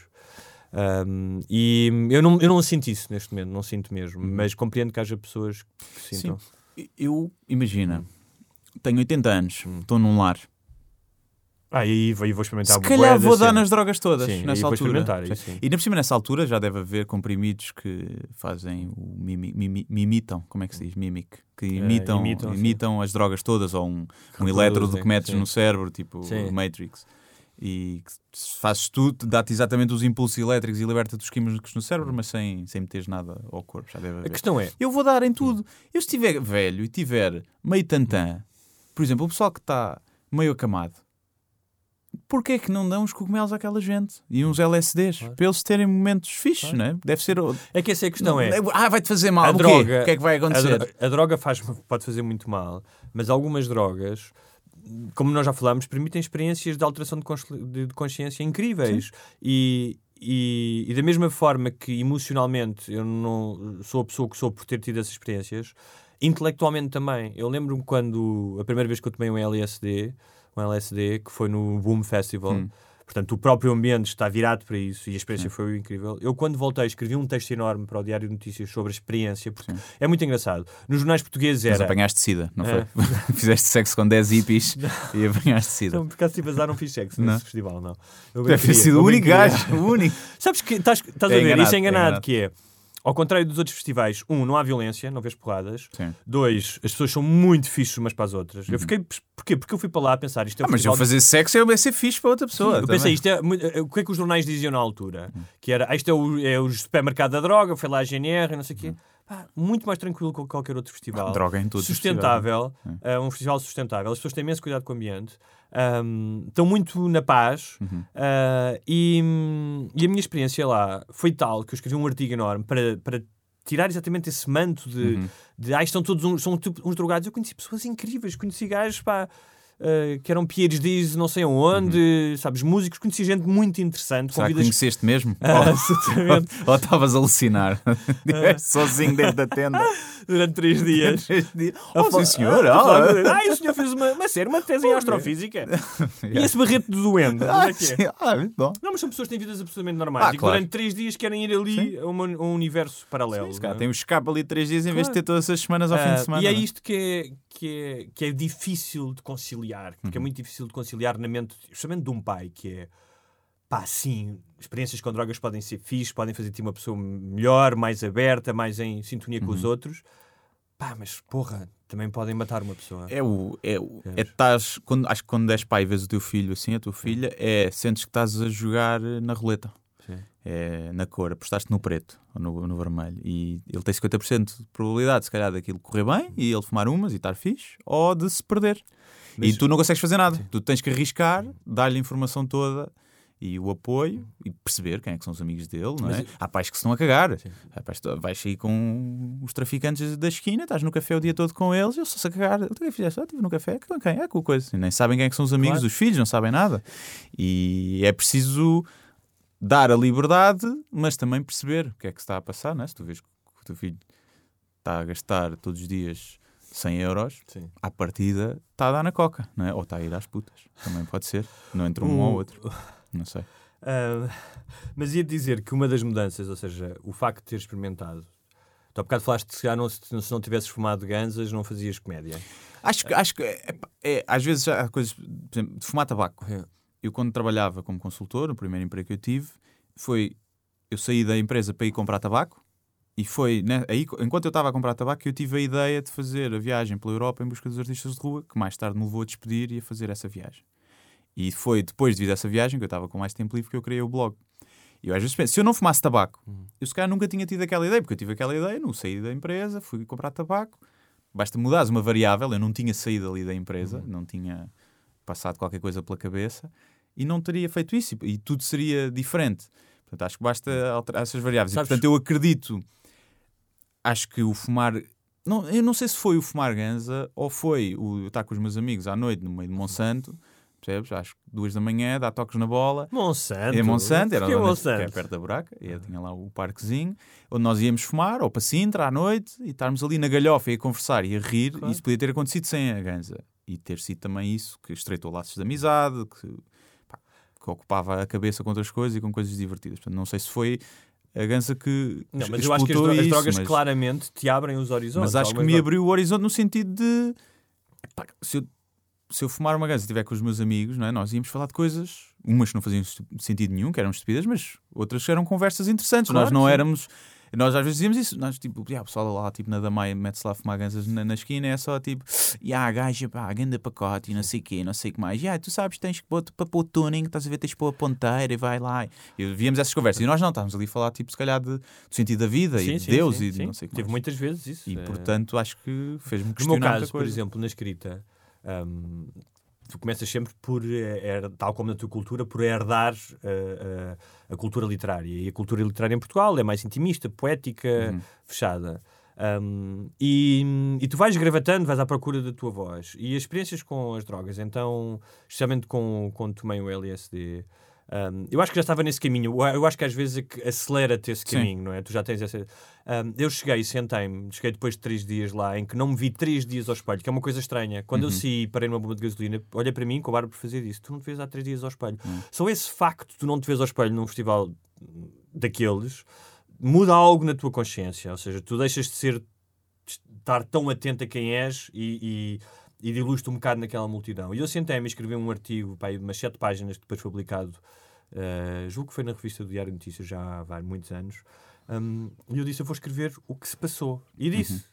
E eu não sinto isso neste momento, não sinto mesmo, mas compreendo que haja pessoas que sintam. Sim. Eu, imagina, tenho 80 anos, estou num lar. E vou experimentar. Se calhar vou dar nas drogas todas, nessa altura. Sim. E na cima, nessa altura, já deve haver comprimidos que fazem o imitam, como é que se diz? Mimic. Que imitam as drogas todas, ou um elétrodo que metes no cérebro, tipo Matrix. E fazes tudo, dá-te exatamente os impulsos elétricos e liberta-te os químicos no cérebro, mas sem meteres nada ao corpo. Já deve haver. A questão é... Eu vou dar em tudo. Eu, se estiver velho e tiver meio tantã, por exemplo, o pessoal que está meio acamado, porquê é que não dão os cogumelos àquela gente? E uns LSDs? Claro. Para eles terem momentos fixes, não é? Deve ser... É que essa é a questão. Vai-te fazer mal. O que é que vai acontecer? A droga pode fazer muito mal, mas algumas drogas, como nós já falámos, permitem experiências de alteração de consciência incríveis. E da mesma forma que emocionalmente eu não sou a pessoa que sou por ter tido essas experiências, intelectualmente também. Eu lembro-me quando a primeira vez que eu tomei um LSD, que foi no Boom Festival. Portanto, o próprio ambiente está virado para isso e a experiência foi incrível. Eu, quando voltei, escrevi um texto enorme para o Diário de Notícias sobre a experiência, porque é muito engraçado. Nos jornais portugueses era... Mas apanhaste sida, não foi? Fizeste sexo com 10 hippies e apanhaste sida. Não, por acaso tive azar, não fiz sexo nesse festival, não. Deve ter sido o único gajo, o único. Sabes que estás a ver, isso é enganado, que é... ao contrário dos outros festivais, não há violência, não vês porradas. Sim. 2, as pessoas são muito fixes umas para as outras. Eu fiquei... Porquê? Porque eu fui para lá a pensar, isto é Mas eu fazer sexo é ser fixe para outra pessoa. Eu pensei, o que é que os jornais diziam na altura? Que era, isto é o supermercado da droga, foi lá a GNR, não sei o quê. Muito mais tranquilo que qualquer outro festival. Droga em tudo. Sustentável. Um festival sustentável. As pessoas têm imenso cuidado com o ambiente. Estão muito na paz. E a minha experiência lá foi tal que eu escrevi um artigo enorme para tirar exatamente esse manto de estão todos são uns drogados. Eu conheci pessoas incríveis. Conheci gajos, que eram PhDs não sei aonde, sabes, músicos, conheci gente muito interessante. Será que conheceste mesmo? Exatamente. Ou estavas a alucinar? Sozinho dentro da tenda. Durante 3 dias. Sim senhor. O senhor fez uma tese em astrofísica. E esse barreto do duende? Bom. Não, mas são pessoas que têm vidas absolutamente normais e que claro. durante 3 dias querem ir ali a um universo paralelo. Sim, tem um escape ali 3 dias em vez de ter todas as semanas ao fim de semana. E é isto que é difícil de conciliar, porque é muito difícil de conciliar na mente, justamente de um pai, que é sim, experiências com drogas podem ser fixe, podem fazer-te uma pessoa melhor, mais aberta, mais em sintonia com os outros, mas porra, também podem matar uma pessoa. Acho que quando és pai e vês o teu filho assim, a tua filha, sentes que estás a jogar na roleta. Na cor, apostaste no preto ou no vermelho e ele tem 50% de probabilidade, se calhar, daquilo correr bem e ele fumar umas e estar fixe, ou de se perder. E tu não consegues fazer nada. Tu tens que arriscar, dar-lhe a informação toda e o apoio e perceber quem é que são os amigos dele, não é? Há pais que se estão a cagar. Há pais que vais sair com os traficantes da esquina, estás no café o dia todo com eles e eles estão-se a cagar. O que fizeste? Estive no café, com quem? Com a coisa. E nem sabem quem é que são os amigos dos filhos, não sabem nada. E é preciso dar a liberdade, mas também perceber o que é que se está a passar, não é? Se tu vês que o teu filho está a gastar todos os dias 100 euros, à partida está a dar na coca, não é? Ou está a ir às putas. Também pode ser. Não entre um ou outro. Não sei. Mas ia dizer que uma das mudanças, ou seja, o facto de ter experimentado, tu há bocado falaste que se não tivesses fumado ganzas não fazias comédia. Acho que às vezes há coisas, por exemplo, de fumar tabaco. Eu, quando trabalhava como consultor, o primeiro emprego que eu tive foi, eu saí da empresa para ir comprar tabaco e foi aí, enquanto eu estava a comprar tabaco, que eu tive a ideia de fazer a viagem pela Europa em busca dos artistas de rua, que mais tarde me levou a despedir e a fazer essa viagem. E foi depois, devido a essa viagem, que eu estava com mais tempo livre, que eu criei o blog. E eu às vezes penso, se eu não fumasse tabaco, eu se calhar nunca tinha tido aquela ideia, porque eu tive aquela ideia, não saí da empresa, fui comprar tabaco, basta mudares uma variável, eu não tinha saído ali da empresa, não tinha passado qualquer coisa pela cabeça e não teria feito isso e tudo seria diferente. Portanto, acho que basta alterar essas variáveis. Sabes? E, portanto, eu acredito, acho que o fumar... eu não sei se foi o fumar ganza ou foi o estar com os meus amigos à noite no meio de Monsanto, percebes? Às 2 da manhã, dar toques na bola. Monsanto? É Monsanto, era Monsanto? Que é perto da buraca, e tinha lá o parquezinho, onde nós íamos fumar, ou para Sintra à noite, e estarmos ali na galhofa e a conversar e a rir, e isso podia ter acontecido sem a ganza. E ter sido também isso que estreitou laços de amizade, que ocupava a cabeça com outras coisas e com coisas divertidas. Portanto, não sei se foi a ganza que não, mas eu acho que as drogas claramente te abrem os horizontes. Mas acho que me abriu o horizonte no sentido de... Se eu fumar uma ganza e estiver com os meus amigos, não é? Nós íamos falar de coisas, umas que não faziam sentido nenhum, que eram estúpidas, mas outras que eram conversas interessantes. Claro, nós não éramos... Nós às vezes dizíamos isso. Nós, tipo, o pessoal lá, tipo, na Damaia, mete-se lá a fumar ganzas na esquina, é só tipo, a gaja, ganda pacote e não sei o quê, não sei o que mais. Tu sabes, tens que pôr para pôr tuning, estás a ver, tens que pôr a ponteira e vai lá. E víamos essas conversas. E nós não, estávamos ali a falar, tipo, se calhar, do sentido da vida e de Deus e não sei o que mais. Tive muitas vezes isso. E, portanto, acho que fez-me questionar. No meu caso, por exemplo, na escrita... tu começas sempre por, tal como na tua cultura, por herdar a cultura literária. E a cultura literária em Portugal é mais intimista, poética, fechada. E tu vais gravatando, vais à procura da tua voz. E as experiências com as drogas, então, especialmente quando tomei o LSD, eu acho que já estava nesse caminho. Eu acho que às vezes acelera-te esse caminho, não é? Tu já tens essa... eu cheguei depois de 3 dias lá, em que não me vi 3 dias ao espelho, que é uma coisa estranha. Quando eu saí, parei numa bomba de gasolina, olhei para mim, cobarde por fazer isso. Tu não te vês há 3 dias ao espelho. Só esse facto de tu não te vês ao espelho num festival daqueles muda algo na tua consciência. Ou seja, tu deixas de estar tão atento a quem és e diluz-te um bocado naquela multidão. E eu sentei-me e escrevi um artigo, de umas 7 páginas, que depois foi publicado, julgo que foi na revista do Diário de Notícias, já há muitos anos, E eu disse, eu vou escrever o que se passou. E disse.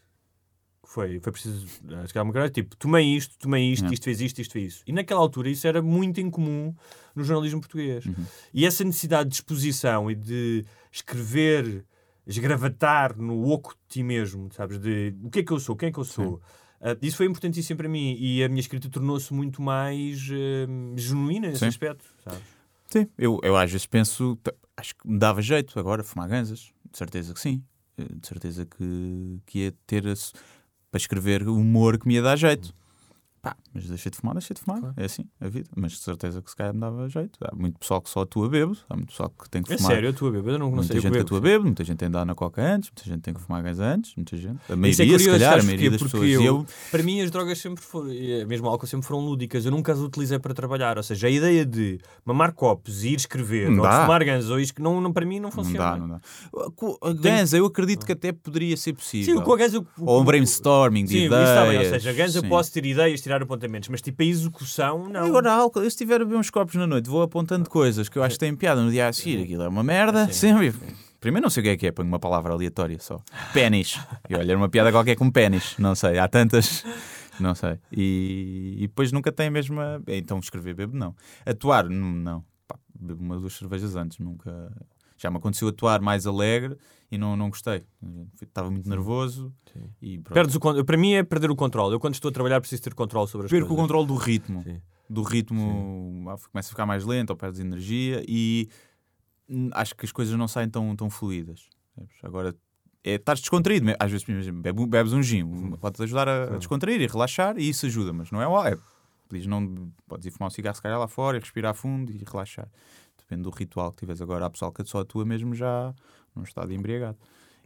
Foi preciso chegar a uma grande, tipo, tomei isto, isto fez isto, isto fez isso. E naquela altura isso era muito incomum no jornalismo português. E essa necessidade de exposição e de escrever, esgravatar no oco de ti mesmo, sabes? De o que é que eu sou, quem é que eu sou. Isso foi importantíssimo para mim e a minha escrita tornou-se muito mais genuína nesse aspecto, sabes? Sim, eu às vezes penso, acho que me dava jeito agora fumar ganzas, de certeza que sim, de certeza que ia ter para escrever humor que me ia dar jeito. Pá, mas deixei de fumar, claro. É assim, a vida. Mas de certeza que se calhar me dava jeito. Há muito pessoal que só atua bêbado, há muito pessoal que tem que fumar. É sério, atua bêbado? Eu não sei. Muita gente que atua bêbado, muita gente tem de dar na coca antes, muita gente tem que fumar gás antes, muita gente. A maioria, curioso, se calhar, a maioria das pessoas. Para mim as drogas sempre foram, mesmo o álcool sempre foram lúdicas, eu nunca as utilizei para trabalhar. Ou seja, a ideia de mamar copos e ir escrever, ou de fumar ganza, ou isto, não, para mim não funciona. Não dá. A ganza, eu acredito que até poderia ser possível. Sim, com a ganza... Ou um brainstorming de ideias. Está bem, ou seja, a ganza eu posso ter ideias, tirar apontamentos, mas tipo a execução, não. Agora, álcool, eu se tiver a beber uns copos na noite, vou apontando coisas que eu acho que têm piada no dia a seguir, aquilo é uma merda. Sempre. Primeiro não sei o que é, ponho uma palavra aleatória só. Pénis. E olha, uma piada qualquer com pénis. Não sei, há tantas. Não sei. E depois nunca tem a mesma. Então escrever bebo, não. Atuar, não. Pá, bebo 1 ou 2 cervejas antes, nunca. Já me aconteceu atuar mais alegre e não gostei. Estava muito nervoso. E para mim é perder o controle. Eu quando estou a trabalhar preciso ter controle sobre as coisas. Perco o controle do ritmo. Sim. Do ritmo começa a ficar mais lento ou perdes energia e acho que as coisas não saem tão fluídas. Agora, estás descontraído. Às vezes bebes um gin. Pode-te ajudar a descontrair e relaxar e isso ajuda, mas não é podes ir fumar um cigarro se calhar lá fora e respirar fundo e relaxar. Depende do ritual que tiveres. Agora há pessoal que só atua mesmo já num estado embriagado.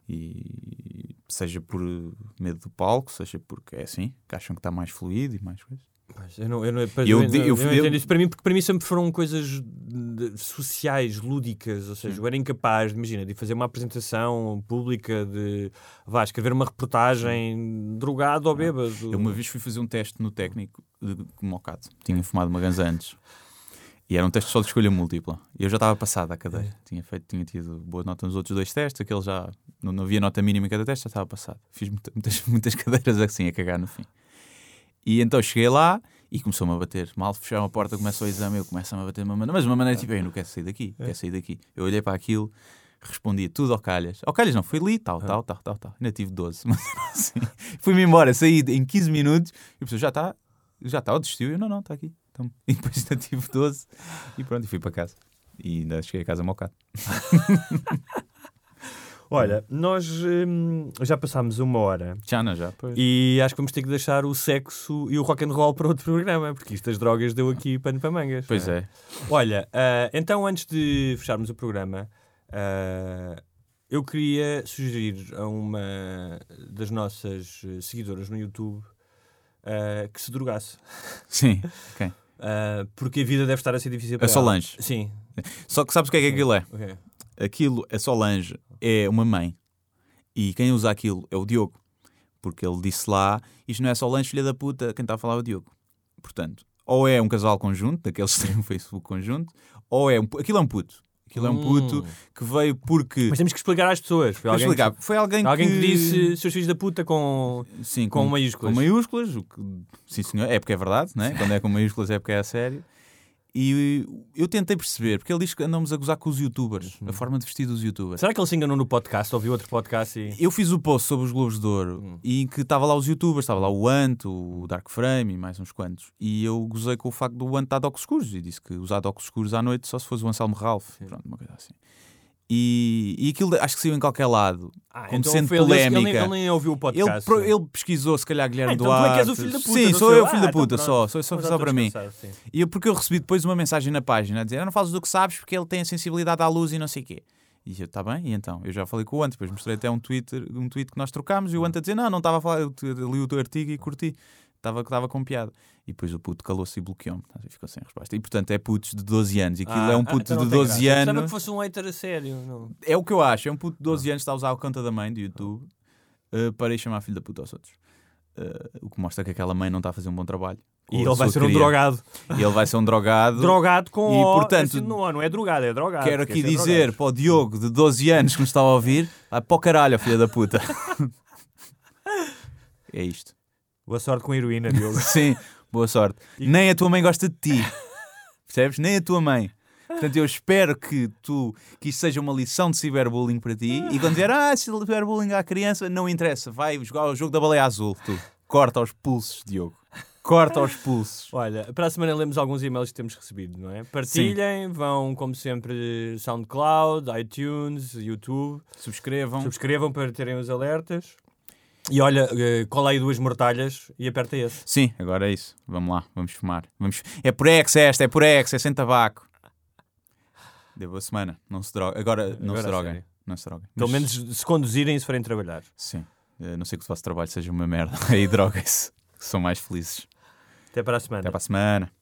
E seja por medo do palco, seja porque é assim, que acham que está mais fluido e mais coisas. Eu não entendo isso. Para mim sempre foram coisas sociais, lúdicas. Ou seja, eu era incapaz, imagina, de fazer uma apresentação pública, de escrever uma reportagem drogado ou bêbado. Eu uma vez fui fazer um teste no técnico de mocado. Tinha fumado uma ganza antes. E era um teste só de escolha múltipla. E eu já estava passado à cadeira. Tinha tido boa nota nos outros 2 testes. Aquele já não havia nota mínima em cada teste, já estava passado. Fiz muitas cadeiras assim, a cagar no fim. E então cheguei lá e começou-me a bater. Mal fecharam a porta, começa o exame, eu começo-me a bater mas uma maneira tipo, eu não quero sair daqui, Eu olhei para aquilo, respondia tudo ao calhas. Ao calhas não, foi ali, tal. Ainda tive 12. Mas assim, fui-me embora, saí em 15 minutos e a pessoa já está, desistiu. Eu não, está aqui. Então, e depois ainda tive 12 e pronto, e fui para casa. E ainda cheguei a casa mocado. Olha, nós já passámos 1 hora. Já. Pois. E acho que vamos ter que deixar o sexo e o rock and roll para outro programa, porque isto das drogas deu aqui pano para mangas. Pois é. Olha, então antes de fecharmos o programa, eu queria sugerir a uma das nossas seguidoras no YouTube que se drogasse. Sim, quem? Porque a vida deve estar a ser difícil para ela. A Solange. Sim. Só que sabes o que é que aquilo é? Okay. Aquilo, a Solange é uma mãe. E quem usa aquilo é o Diogo. Porque ele disse lá, isto não é Solange, filha da puta, quem está a falar é o Diogo. Portanto, ou é um casal conjunto, daqueles que têm um Facebook conjunto, ou aquilo é um puto. Aquilo é um puto que veio porque... Mas temos que explicar às pessoas. Foi alguém que disse seus filhos da puta com maiúsculas. Com maiúsculas, o que, sim senhor, é porque é verdade, não é? Quando é com maiúsculas é porque é a sério. E eu tentei perceber, porque ele diz que andamos a gozar com os youtubers, a forma de vestir dos youtubers. Será que ele se enganou no podcast? Ouviu outro podcast e... Eu fiz o post sobre os Globos de Ouro e que estava lá os youtubers, estava lá o Ant, o Dark Frame e mais uns quantos. E eu gozei com o facto do Ant estar de óculos escuros e disse que usar de óculos escuros à noite só se fosse o Anselmo Ralph. Pronto, uma coisa assim. E aquilo acho que saiu em qualquer lado, como então sendo polémica. Ele nem ouviu o podcast. Ele pesquisou, se calhar, Guilherme então Duarte. Tu é que és o filho da puta. Sim, sou eu o filho da puta, então só para mim. E porque eu recebi depois uma mensagem na página a dizer: não falas do que sabes porque ele tem a sensibilidade à luz e não sei o quê. E eu, está bem, e então? Eu já falei com o Ant, depois mostrei até um tweet que nós trocámos e o Ant a dizer: não estava a falar, eu li o teu artigo e curti. Estava com piada. E depois o puto calou-se e bloqueou-me. Ficou sem resposta. E portanto é putos de 12 anos. E aquilo é um puto de 12 anos. Pensava que fosse um hater a sério. Não. É o que eu acho. É um puto de 12 anos que está a usar a conta da mãe do YouTube para ir chamar filho da puta aos outros. o que mostra que aquela mãe não está a fazer um bom trabalho. E ele vai ser um drogado. E ele vai ser um drogado. Drogado com... E, portanto, não é drogado, é drogado. Quero aqui dizer para o Diogo, de 12 anos, que nos está a ouvir, vai para o caralho, filha da puta. É isto. Boa sorte com a heroína, Diogo. Sim, boa sorte. Nem a tua mãe gosta de ti. Percebes? Nem a tua mãe. Portanto, eu espero que isto seja uma lição de ciberbullying para ti. E quando dizer, ciberbullying à criança, não interessa. Vai jogar o jogo da baleia azul. Tu. Corta aos pulsos, Diogo. Corta aos pulsos. Olha, para a semana lemos alguns e-mails que temos recebido, não é? Partilhem, vão, como sempre, SoundCloud, iTunes, YouTube. Subscrevam para terem os alertas. E olha, cola aí 2 mortalhas e aperta esse. Sim, agora é isso. Vamos lá, vamos fumar. É por ex esta, é sem tabaco. Dê boa semana. Não se droguem. Agora não se droguem. Não se droguem. Pelo menos se conduzirem e se forem trabalhar. Sim. Não sei que o vosso trabalho seja uma merda. Aí droguem-se. São mais felizes. Até para a semana. Até para a semana.